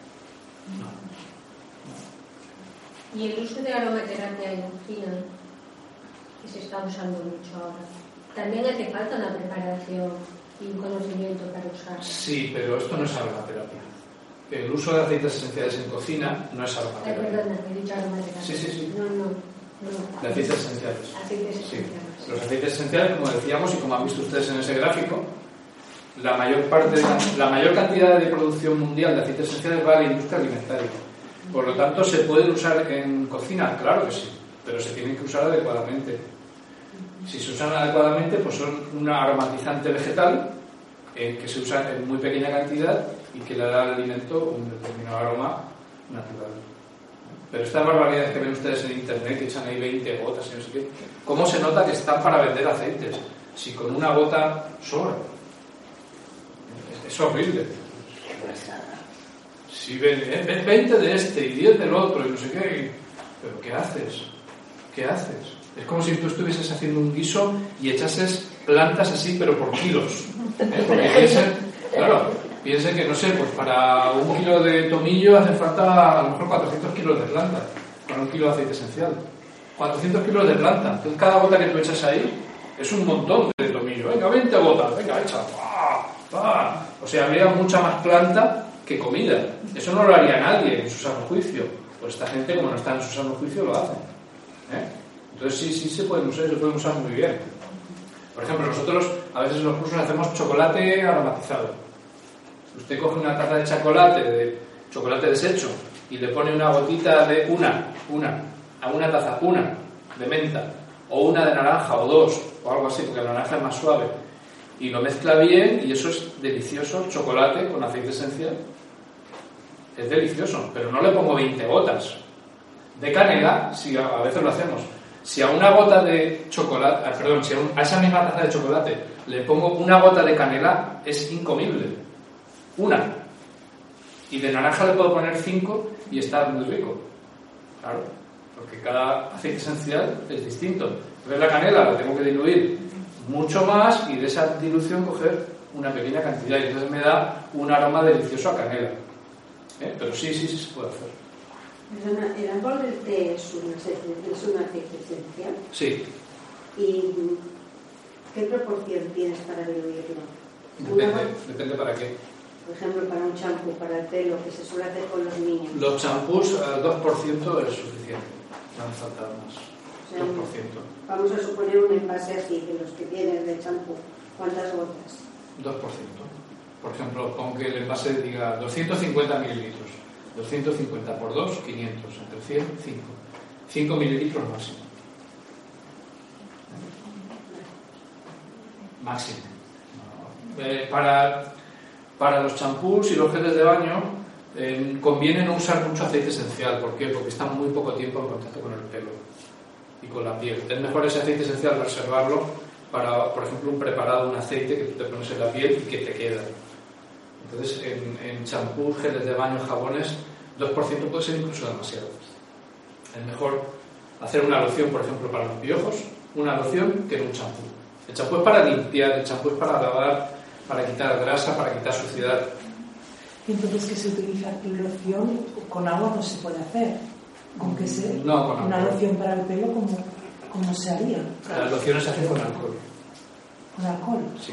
Speaker 5: Y el uso de aromaterapia en cocina, que se está usando mucho ahora, también hace falta una preparación y un conocimiento para usarla.
Speaker 3: Sí, pero esto no es aromaterapia. El uso de aceites esenciales en cocina no es aromaterapia.
Speaker 5: Perdona, he dicho aromaterapia.
Speaker 3: Sí.
Speaker 5: No.
Speaker 3: De aceites esenciales.
Speaker 5: Aceites
Speaker 3: Sí.
Speaker 5: esenciales.
Speaker 3: Los aceites esenciales, como decíamos y como han visto ustedes en ese gráfico, la mayor cantidad de producción mundial de aceites esenciales va a la industria alimentaria. Por lo tanto, ¿se pueden usar en cocina? Claro que sí, pero se tienen que usar adecuadamente. Si se usan adecuadamente, pues son un aromatizante vegetal que se usa en muy pequeña cantidad y que le da al alimento un determinado aroma natural. Pero estas barbaridades que ven ustedes en internet, que echan ahí 20 gotas y no sé qué, ¿cómo se nota que están para vender aceites? Si con una gota sobra. Es horrible. Si ven 20 de este y 10 del otro y no sé qué, ¿pero qué haces? ¿Qué haces? Es como si tú estuvieses haciendo un guiso y echases plantas así, pero por kilos. Porque piensen que, no sé, pues para 1 kilo de tomillo hace falta a lo mejor 400 kilos de planta para 1 kilo de aceite esencial. 400 kilos de planta. Entonces cada gota que tú echas ahí es un montón de tomillo. Venga, 20 gotas, venga, echa. O sea, habría mucha más planta que comida. Eso no lo haría nadie en su sano juicio. Pues esta gente, como no está en su sano juicio, lo hace. Entonces sí se pueden usar muy bien. Por ejemplo, nosotros a veces en los cursos hacemos chocolate aromatizado. Usted coge una taza de chocolate deshecho y le pone una gotita de una taza, una de menta, o una de naranja, o dos, o algo así, porque la naranja es más suave, y lo mezcla bien, y eso es delicioso, chocolate con aceite esencial. Es delicioso, pero no le pongo 20 gotas. De canela, sí, a veces lo hacemos. Si a una gota de chocolate, a esa misma taza de chocolate le pongo una gota de canela, es incomible. Una. Y de naranja le puedo poner 5 y está muy rico. Claro, porque cada aceite esencial es distinto. Entonces la canela la tengo que diluir mucho más y de esa dilución coger una pequeña cantidad y entonces me da un aroma delicioso a canela. Pero sí se puede hacer.
Speaker 6: ¿El alcohol del té es un aceite esencial?
Speaker 3: Sí.
Speaker 6: ¿Y qué proporción tienes para diluirlo?
Speaker 3: Depende para qué.
Speaker 6: Por ejemplo, para un champú, para el pelo, que se suele hacer con los niños.
Speaker 3: Los champús, 2% es suficiente. No hace falta más. O sea, 2%.
Speaker 6: Vamos a suponer un envase así, de los que tienes de champú. ¿Cuántas gotas?
Speaker 3: 2%. Por ejemplo, aunque el envase diga 250 mililitros. 250 por 2, 500. Entre 100, 5. 5 mililitros máximo. Máximo. Para los champús y los geles de baño conviene no usar mucho aceite esencial. ¿Por qué? Porque están muy poco tiempo en contacto con el pelo y con la piel. Es mejor ese aceite esencial reservarlo para, por ejemplo, un preparado, un aceite que tú te pones en la piel y que te queda. Entonces, en champús, geles de baño, jabones, 2% puede ser incluso demasiado. Es mejor hacer una loción, por ejemplo, para los piojos, una loción que un champú. El champú es para limpiar, el champú es para lavar, para quitar grasa, para quitar suciedad.
Speaker 2: Entonces, ¿qué se utiliza? ¿Loción con agua no se puede hacer? ¿Con qué se?
Speaker 3: No, con
Speaker 2: una
Speaker 3: alcohol.
Speaker 2: Loción para el pelo, ¿cómo se haría?
Speaker 3: Las lociones se hacen con alcohol.
Speaker 2: ¿Con alcohol?
Speaker 3: Sí.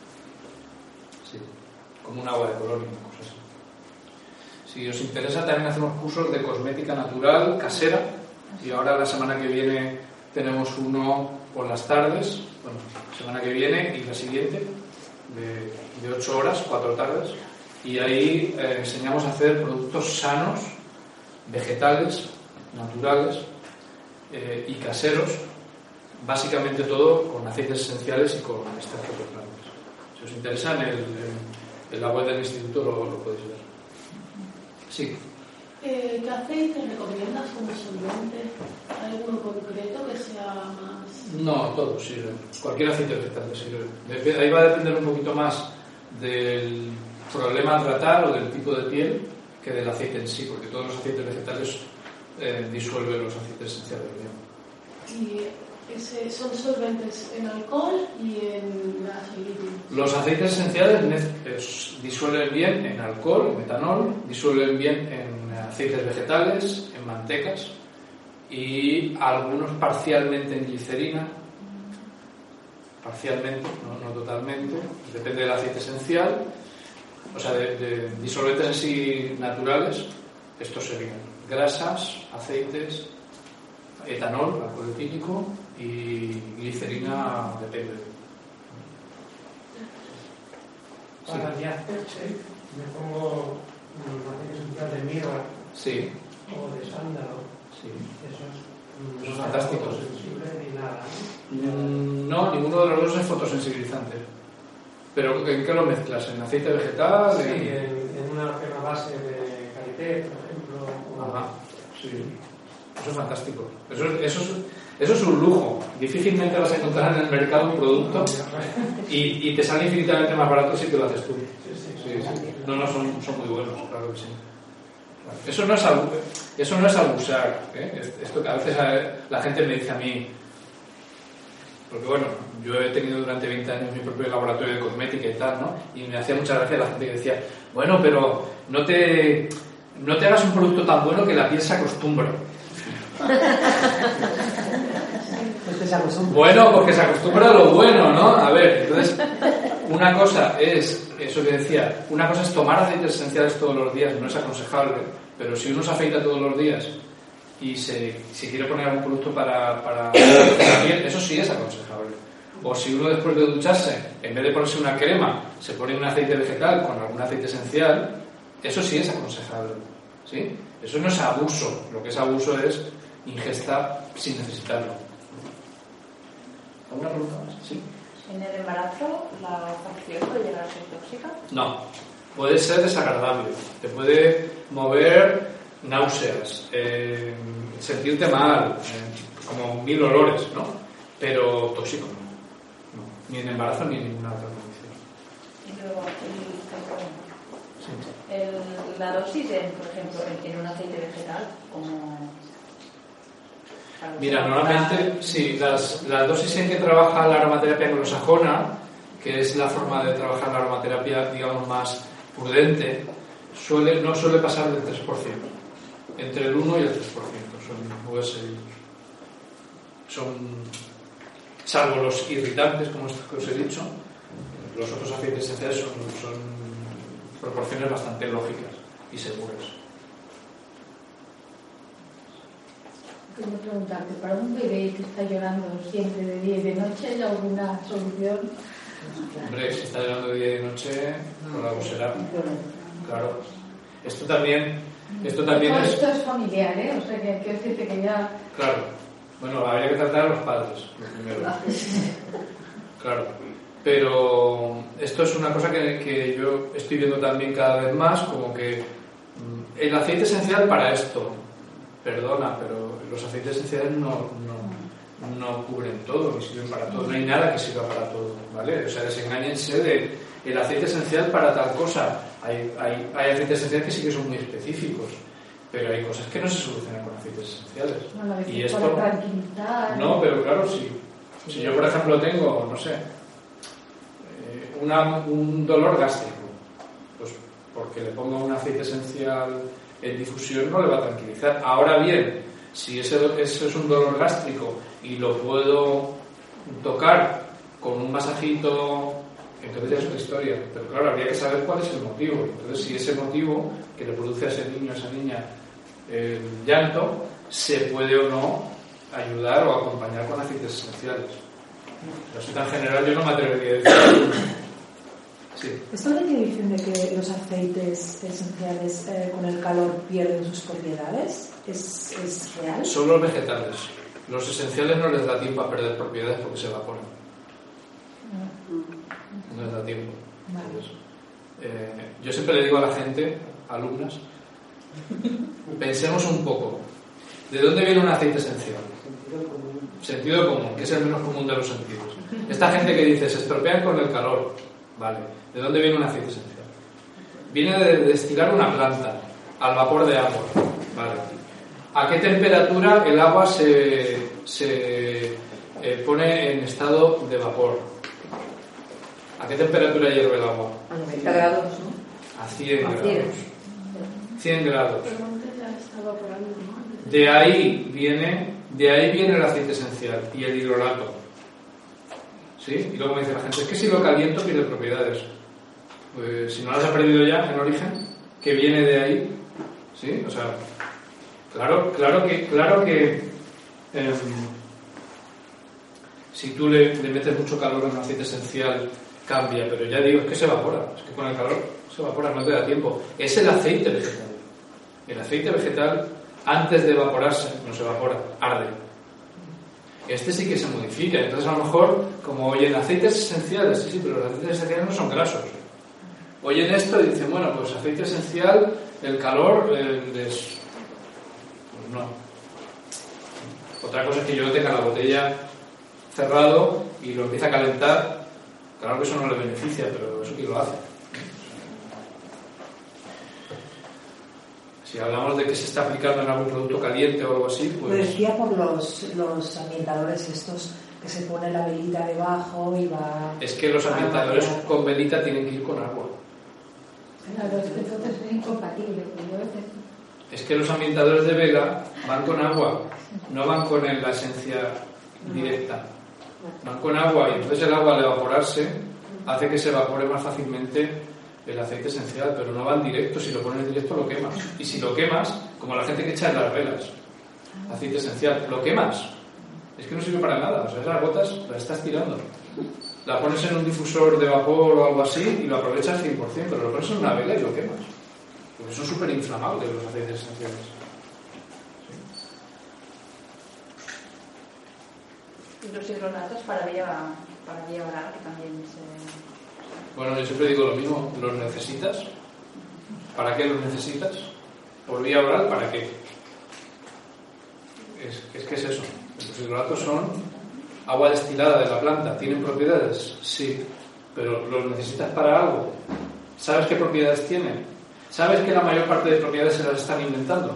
Speaker 3: Como un agua de colonia, cosas así. Si os interesa, también hacemos cursos de cosmética natural, casera, y ahora la semana que viene tenemos uno por las tardes, bueno, semana que viene y la siguiente, de 8 horas, 4 tardes, y ahí enseñamos a hacer productos sanos, vegetales, naturales y caseros, básicamente todo con aceites esenciales y con extractos de plantas. Si os interesa, en la web del instituto lo podéis ver. Sí.
Speaker 7: ¿Qué aceite recomiendas como solvente? ¿Hay alguno concreto que sea más...?
Speaker 3: No, todo sirve. Cualquier aceite vegetal te sirve. Ahí va a depender un poquito más del problema a tratar o del tipo de piel que del aceite en sí, porque todos los aceites vegetales disuelven los aceites esenciales.
Speaker 7: Y son solventes en alcohol y en gas y líquido.
Speaker 3: Los aceites esenciales disuelven bien en alcohol, en metanol, disuelven bien en aceites vegetales, en mantecas y algunos parcialmente en glicerina, parcialmente, no totalmente, depende del aceite esencial. O sea, de disolventes en sí naturales, estos serían grasas, aceites, etanol, alcohol etílico y glicerina, depende.
Speaker 9: Para el aceite me pongo aceite esencial de mirra,
Speaker 3: sí,
Speaker 9: o de sándalo.
Speaker 3: Sí.
Speaker 9: Eso
Speaker 3: es fantástico.
Speaker 9: Fotosensible ni nada,
Speaker 3: ¿no? No, ninguno de los dos es fotosensibilizante. ¿Pero en qué lo mezclas? ¿En aceite vegetal?
Speaker 9: Sí, en una crema base de karité, por ejemplo.
Speaker 3: Ajá, sí. Eso es fantástico. Eso es un lujo. Difícilmente vas a encontrar en el mercado un producto y te sale infinitamente más barato si te lo haces tú. Sí. No, son muy buenos, claro que sí. Eso no es abusar. Esto que a veces la gente me dice a mí, porque bueno, yo he tenido durante 20 años mi propio laboratorio de cosmética y tal, ¿no? Y me hacía mucha gracia la gente que decía, bueno, pero no te hagas un producto tan bueno que la piel se acostumbra. Bueno, porque se acostumbra a lo bueno, ¿no? A ver, entonces, una cosa es, eso que decía, una cosa es tomar aceites esenciales todos los días, no es aconsejable, pero si uno se afeita todos los días y se quiere poner algún producto para la piel, eso sí es aconsejable. O si uno después de ducharse, en vez de ponerse una crema, se pone un aceite vegetal con algún aceite esencial, eso sí es aconsejable, ¿sí? Eso no es abuso, lo que es abuso es ingesta sin necesitarlo. ¿Alguna pregunta más? ¿Sí?
Speaker 8: ¿En el embarazo la facción puede llegar a ser tóxica?
Speaker 3: No, puede ser desagradable, te puede mover náuseas, sentirte mal, como 1000 olores, ¿no? Pero tóxico no. Ni en embarazo ni en ninguna otra condición.
Speaker 8: Y luego, la dosis, por ejemplo, en un aceite vegetal, como...
Speaker 3: Mira, normalmente, sí, las dosis en que trabaja la aromaterapia anglosajona, que es la forma de trabajar la aromaterapia, digamos, más prudente, no suele pasar del 3%. Entre el 1 y el 3%. Son salvo los irritantes, como estos que os he dicho, los otros aceites esenciales son proporciones bastante lógicas y seguras.
Speaker 10: Quiero preguntarte, para un bebé que está llorando siempre de día y de noche, ¿hay alguna solución?
Speaker 3: Hombre, si está llorando de día y de noche, por algo será. Claro. Esto también
Speaker 10: Esto es familiar, ¿eh? O sea, que quiero decirte que ya...
Speaker 3: Claro. Bueno, habría que tratar a los padres, lo primero. Claro. Pero esto es una cosa que yo estoy viendo también cada vez más, como que el aceite esencial para esto, perdona, pero los aceites esenciales no cubren todo, ni sirven para todo, no hay nada que sirva para todo, ¿vale? O sea, desengáñense de el aceite esencial para tal cosa. Hay aceites esenciales que sí que son muy específicos, pero hay cosas que no se solucionan con aceites esenciales.
Speaker 10: Bueno,
Speaker 3: y esto no, pero claro, si yo por ejemplo tengo, no sé, un dolor gástrico, pues porque le pongo un aceite esencial en difusión no le va a tranquilizar. Ahora bien, si ese es un dolor gástrico y lo puedo tocar con un masajito, entonces ya es otra historia. Pero claro, habría que saber cuál es el motivo. Entonces, si ese motivo que le produce a ese niño, a esa niña, el llanto, se puede o no ayudar o acompañar con aceites esenciales. Pero así tan general yo no me atrevería a decir. Sí.
Speaker 2: ¿Esto de que dicen de que los aceites esenciales con el calor pierden sus propiedades es real?
Speaker 3: Son los vegetales. Los esenciales no les da tiempo a perder propiedades porque se evaporan. No les da tiempo. Vale. Yo siempre le digo a la gente, alumnas, pensemos un poco. ¿De dónde viene un aceite esencial? Sentido común, que es el menos común de los sentidos. Esta gente que dice se estropean con el calor. Vale. ¿De dónde viene un aceite esencial? Viene de destilar una planta al vapor de agua. Vale. ¿A qué temperatura el agua se pone en estado de vapor? ¿A qué temperatura hierve el agua?
Speaker 8: A 90 grados, ¿no?
Speaker 3: A 100 grados. 100 grados. De ahí viene el aceite esencial y el hidrolato. ¿Sí? Y luego me dice la gente, es que si lo caliento pierde propiedades. Pues si no las ha perdido ya en origen, que viene de ahí, ¿sí? O sea, claro que si tú le metes mucho calor a un aceite esencial cambia, pero ya digo, es que se evapora, es que con el calor se evapora, no te da tiempo. Es el aceite vegetal. El aceite vegetal, antes de evaporarse, no se evapora, arde. Este sí que se modifica, entonces a lo mejor, como oyen aceites esenciales, sí, pero los aceites esenciales no son grasos. Oyen esto y dicen, bueno, pues aceite esencial, el calor pues no. Otra cosa es que yo tenga la botella cerrado y lo empiece a calentar. Claro que eso no le beneficia, pero eso que lo hace. Si hablamos de que se está aplicando en algún producto caliente o algo así, pues...
Speaker 2: Lo decía por los ambientadores estos, que se pone la velita debajo y va...
Speaker 3: Es que los ambientadores con velita tienen que ir con agua.
Speaker 10: Claro, es que entonces es incompatible.
Speaker 3: Es que los ambientadores de vela van con agua, no van con la esencia directa. Van con agua y entonces el agua al evaporarse hace que se evapore más fácilmente el aceite esencial, pero no van directo. Si lo pones directo lo quemas, y si lo quemas, como la gente que echa en las velas, aceite esencial, lo quemas. Es que no sirve para nada, o sea, esas gotas las estás tirando. La pones en un difusor de vapor o algo así y lo aprovechas 100%, pero lo pones en una vela y lo quemas. Porque son súper inflamables los aceites esenciales.
Speaker 8: ¿Sí? Y los hidrolatos para vía oral, que también se...
Speaker 3: Bueno, yo siempre digo lo mismo, ¿los necesitas? ¿Para qué los necesitas? ¿Por vía oral? ¿Para qué? Es que es eso. Los hidrolatos son agua destilada de la planta. ¿Tienen propiedades? Sí. Pero ¿los necesitas para algo? ¿Sabes qué propiedades tienen? ¿Sabes que la mayor parte de propiedades se las están inventando?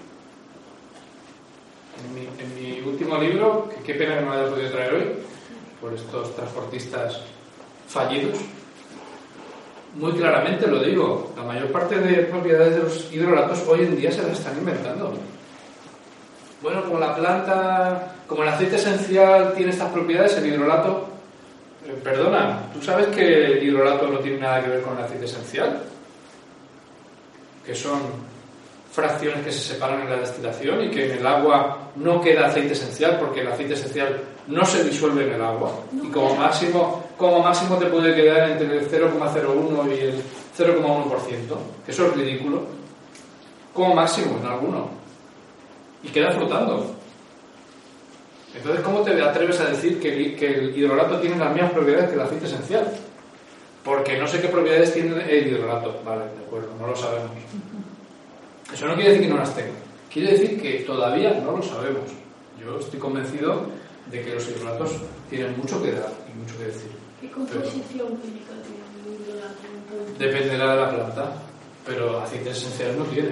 Speaker 3: En mi último libro, que qué pena que no me haya podido traer hoy, por estos transportistas fallidos, muy claramente lo digo, la mayor parte de propiedades de los hidrolatos hoy en día se las están inventando. Bueno, como la planta, como el aceite esencial tiene estas propiedades, el hidrolato... perdona, ¿tú sabes que el hidrolato no tiene nada que ver con el aceite esencial? Que son fracciones que se separan en la destilación y que en el agua no queda aceite esencial porque el aceite esencial no se disuelve en el agua y como máximo te puede quedar entre el 0,01 y el 0,1%, que eso es ridículo, como máximo en alguno, y queda flotando. Entonces, ¿cómo te atreves a decir que el hidrolato tiene las mismas propiedades que el aceite esencial? Porque no sé qué propiedades tiene el hidrolato. Vale, de acuerdo, no lo sabemos. Eso no quiere decir que no las tenga. Quiere decir que todavía no lo sabemos. Yo estoy convencido de que los hidrolatos tienen mucho que dar y mucho que decir.
Speaker 7: ¿Qué composición química tiene el hidrolato?
Speaker 3: Dependerá de la planta, pero aceite esencial no tiene.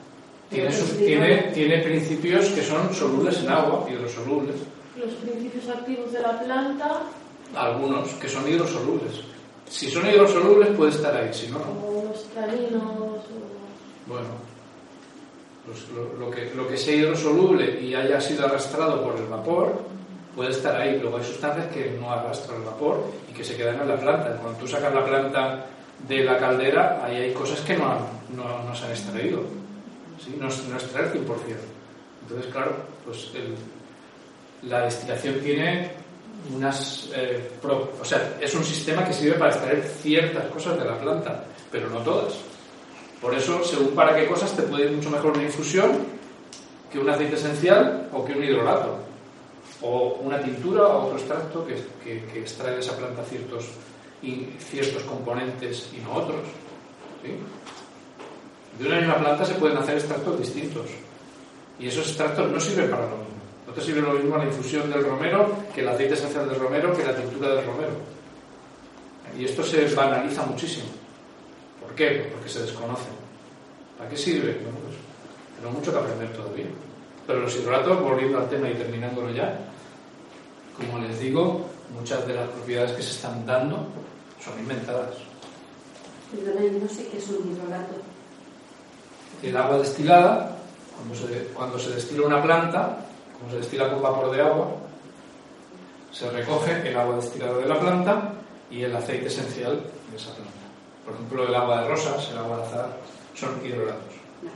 Speaker 3: Tiene principios que son solubles en agua, hidrosolubles.
Speaker 7: Los principios activos de la planta.
Speaker 3: Algunos que son hidrosolubles. Si son hidrosolubles puede estar ahí, si no, no.
Speaker 7: Como los taninos.
Speaker 3: Bueno, pues lo que sea hidrosoluble y haya sido arrastrado por el vapor puede estar ahí. Luego hay sustancias que no arrastran el vapor y que se quedan en la planta. Cuando tú sacas la planta de la caldera, ahí hay cosas que no se han extraído. ¿Sí? No extrae el 100%. Entonces, claro, pues la destilación tiene unas... o sea, es un sistema que sirve para extraer ciertas cosas de la planta, pero no todas. Por eso, según para qué cosas, te puede ir mucho mejor una infusión que un aceite esencial o que un hidrolato. O una tintura o otro extracto que extrae de esa planta ciertos componentes y no otros. ¿Sí? De una misma planta se pueden hacer extractos distintos. Y esos extractos no sirven para lo mismo. No te sirve lo mismo la infusión del romero que el aceite esencial del romero que la tintura del romero. Y esto se banaliza muchísimo. ¿Por qué? Porque se desconoce. ¿Para qué sirve? Bueno, pues tenemos mucho que aprender todavía. Pero los hidrolatos, volviendo al tema y terminándolo ya, como les digo, muchas de las propiedades que se están dando son inventadas.
Speaker 6: Perdona, yo no sé qué es un hidrolato.
Speaker 3: El agua destilada, cuando se destila una planta, como se destila con vapor de agua, se recoge el agua destilada de la planta y el aceite esencial de esa planta. Por ejemplo, el agua de rosas, el agua de azahar, son hidrolatos.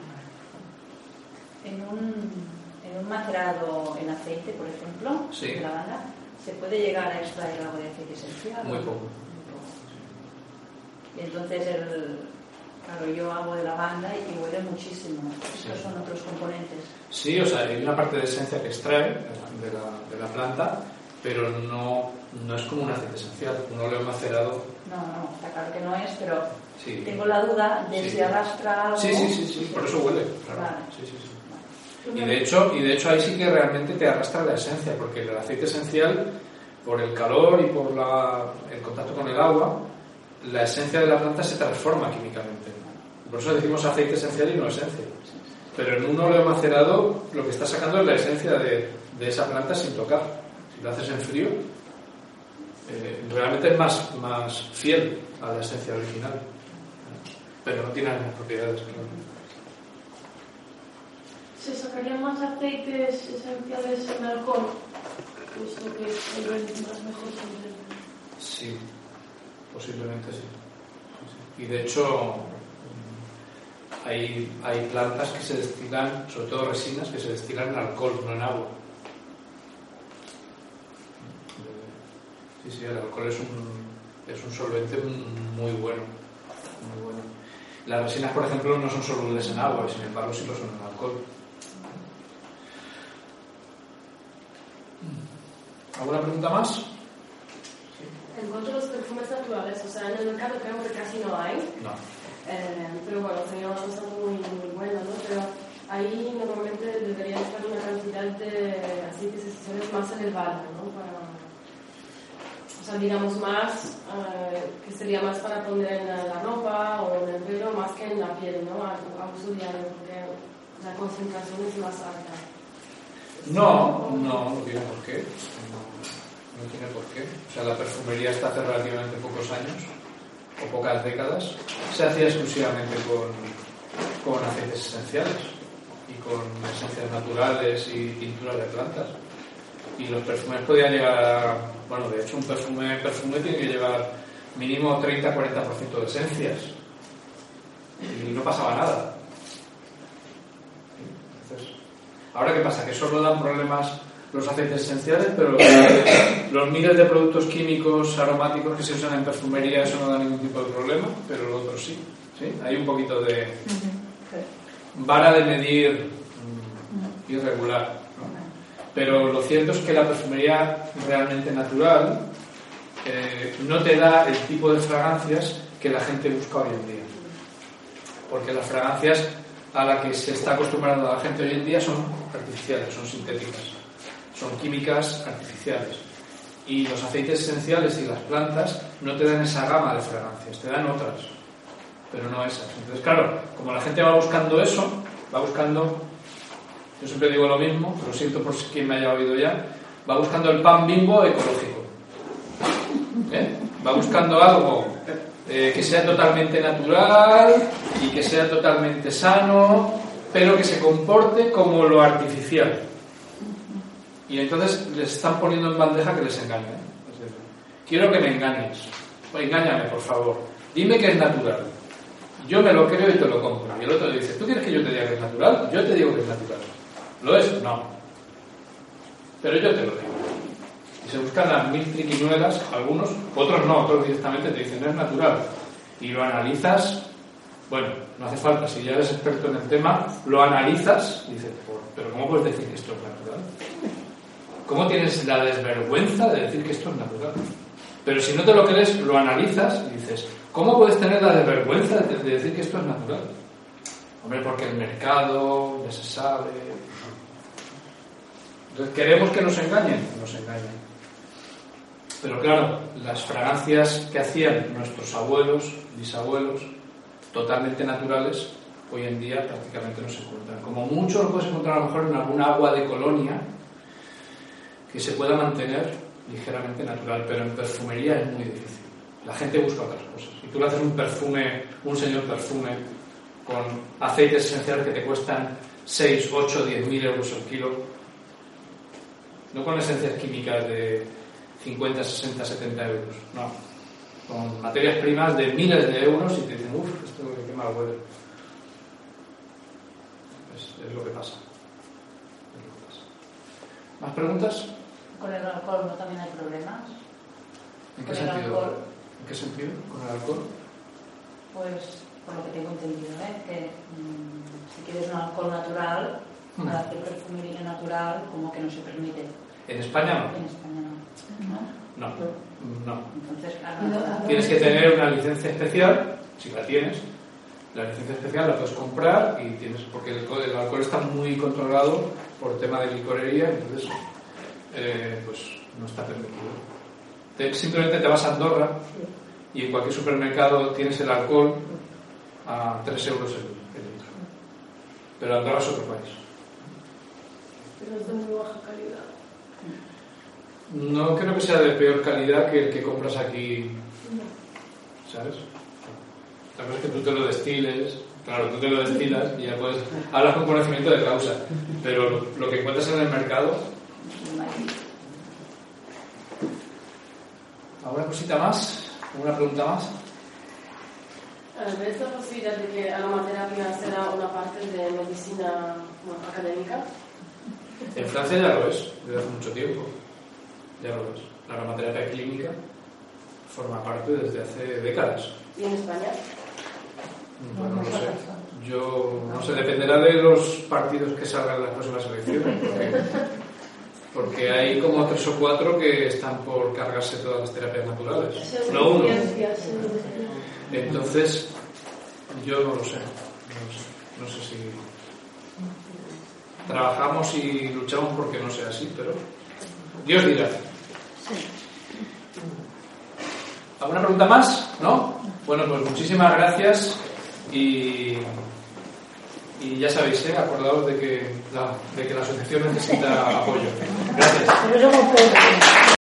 Speaker 8: En un macerado en aceite, por ejemplo,
Speaker 3: sí,
Speaker 8: de lavanda, ¿se puede llegar a extraer algo de aceite esencial?
Speaker 3: Muy poco.
Speaker 8: Y entonces, claro, yo hago de lavanda y huele muchísimo. Estos
Speaker 3: sí.
Speaker 8: son otros componentes.
Speaker 3: Sí, o sea, hay una parte de esencia que extrae de la planta, pero no es como un aceite esencial, un óleo macerado.
Speaker 8: No, está claro que no es, pero
Speaker 3: sí.
Speaker 8: Tengo la duda de
Speaker 3: sí.
Speaker 8: si arrastra algo.
Speaker 3: Sí, por eso huele, claro.
Speaker 8: Vale.
Speaker 3: Sí. Y de hecho ahí sí que realmente te arrastra la esencia, porque el aceite esencial, por el calor y por el contacto con el agua, la esencia de la planta se transforma químicamente. Por eso decimos aceite esencial y no esencia. Pero en un óleo macerado lo que está sacando es la esencia de esa planta sin tocar. Si lo haces en frío, realmente es más fiel a la esencia original. Pero no tiene las mismas propiedades, claro.
Speaker 7: ¿Se sacarían más aceites esenciales en alcohol? Puesto que hay más mejor siempre.
Speaker 3: Sí, posiblemente sí. Y de hecho, Hay plantas que se destilan, sobre todo resinas, que se destilan en alcohol, no en agua. Sí, el alcohol es un solvente muy bueno. Muy bueno. Las resinas, por ejemplo, no son solubles en agua, y sin embargo sí lo son en alcohol. ¿Alguna pregunta más?
Speaker 7: En cuanto a los perfumes naturales, o sea, en el mercado creo que casi no hay.
Speaker 3: No.
Speaker 7: Pero bueno, sería una cosa muy buena, ¿no? Pero ahí normalmente debería estar una cantidad de aceites esenciales más elevada, ¿no? O sea, digamos más, que sería más para poner en la ropa o en el pelo más que en la piel, ¿no? A uso diario, porque la concentración es más alta.
Speaker 3: No tiene por qué. No tiene por qué. O sea, la perfumería hasta hace relativamente pocos años o pocas décadas se hacía exclusivamente con aceites esenciales y con esencias naturales y pinturas de plantas. Y los perfumes podían llegar, bueno, de hecho un perfume tiene que llevar mínimo 30-40% de esencias y no pasaba nada. Entonces, ¿ahora qué pasa? Que solo dan problemas los aceites esenciales, pero los miles de productos químicos aromáticos que se usan en perfumería, eso no da ningún tipo de problema, pero lo otro sí. Hay un poquito de vara de medir irregular, ¿no? Pero lo cierto es que la perfumería realmente natural no te da el tipo de fragancias que la gente busca hoy en día, porque las fragancias a las que se está acostumbrando la gente hoy en día son artificiales, son sintéticas, son químicas artificiales, y los aceites esenciales y las plantas no te dan esa gama de fragancias, te dan otras, pero no esas. Entonces, claro, como la gente va buscando eso, va buscando, yo siempre digo lo mismo, lo siento por quien me haya oído ya, va buscando el pan Bimbo ecológico, va buscando algo que sea totalmente natural y que sea totalmente sano, pero que se comporte como lo artificial. Y entonces les están poniendo en bandeja que les engañen. Es decir, quiero que me engañes. Engáñame, por favor. Dime que es natural. Yo me lo creo y te lo compro. Y el otro le dice, ¿tú quieres que yo te diga que es natural? Yo te digo que es natural. ¿Lo es? No. Pero yo te lo digo. Y se buscan las mil triquiñuelas, algunos, otros no, otros directamente te dicen, no es natural. Y lo analizas, bueno, no hace falta, si ya eres experto en el tema, lo analizas y dices, pero ¿cómo puedes decir que esto es natural? ¿Cómo tienes la desvergüenza de decir que esto es natural? Pero si no te lo crees, lo analizas y dices, ¿cómo puedes tener la desvergüenza de decir que esto es natural? Hombre, porque el mercado ya se sabe. Entonces, ¿queremos que nos engañen? Nos engañan. Pero claro, las fragancias que hacían nuestros abuelos, bisabuelos, totalmente naturales, hoy en día prácticamente no se encuentran. Como mucho lo puedes encontrar a lo mejor en algún agua de colonia que se pueda mantener ligeramente natural, pero en perfumería es muy difícil. La gente busca otras cosas. Y tú le haces un perfume, un señor perfume, con aceites esenciales que te cuestan 6, 8, 10.000 euros el kilo, no con esencias químicas de 50, 60, 70 euros, no. Con materias primas de miles de euros y te dicen, uff, esto qué mal huele. Es lo que pasa. ¿Más preguntas?
Speaker 8: ¿Con el alcohol no también hay problemas?
Speaker 3: ¿En qué sentido? ¿En qué sentido? ¿Con el alcohol?
Speaker 8: Pues, por lo que tengo entendido, que si quieres un alcohol natural, para hacer perfumería natural, como que no se permite.
Speaker 3: ¿En España no?
Speaker 8: En España no.
Speaker 3: No.
Speaker 8: Entonces,
Speaker 3: tienes que tener una licencia especial, si la tienes. La licencia especial la puedes comprar y tienes, porque el alcohol está muy controlado por tema de licorería, entonces pues no está permitido. Simplemente te vas a Andorra y en cualquier supermercado tienes el alcohol a 3 euros el litro. Pero Andorra es otro país.
Speaker 7: Pero es de muy baja calidad.
Speaker 3: No creo que sea de peor calidad que el que compras aquí, ¿sabes? La cosa es que tú te lo destiles, claro, tú te lo destilas y ya puedes hablar con conocimiento de causa, pero lo que encuentras en el mercado. ¿Alguna cosita más? ¿Alguna pregunta más?
Speaker 7: ¿Ves la posibilidad de que aromaterapia será una parte de medicina académica?
Speaker 3: En Francia ya lo es, desde hace mucho tiempo. Ya lo es. La aromaterapia clínica forma parte desde hace décadas.
Speaker 7: ¿Y en España?
Speaker 3: Bueno, no lo sé. Yo no sé, dependerá de los partidos que salgan en las próximas elecciones. Porque hay como 3 o 4 que están por cargarse todas las terapias naturales. No uno. Entonces, yo no lo sé. No sé si trabajamos y luchamos porque no sea así, pero Dios dirá. ¿Alguna pregunta más? ¿No? Bueno, pues muchísimas gracias y ya sabéis, acordaos de que la asociación necesita apoyo. Gracias.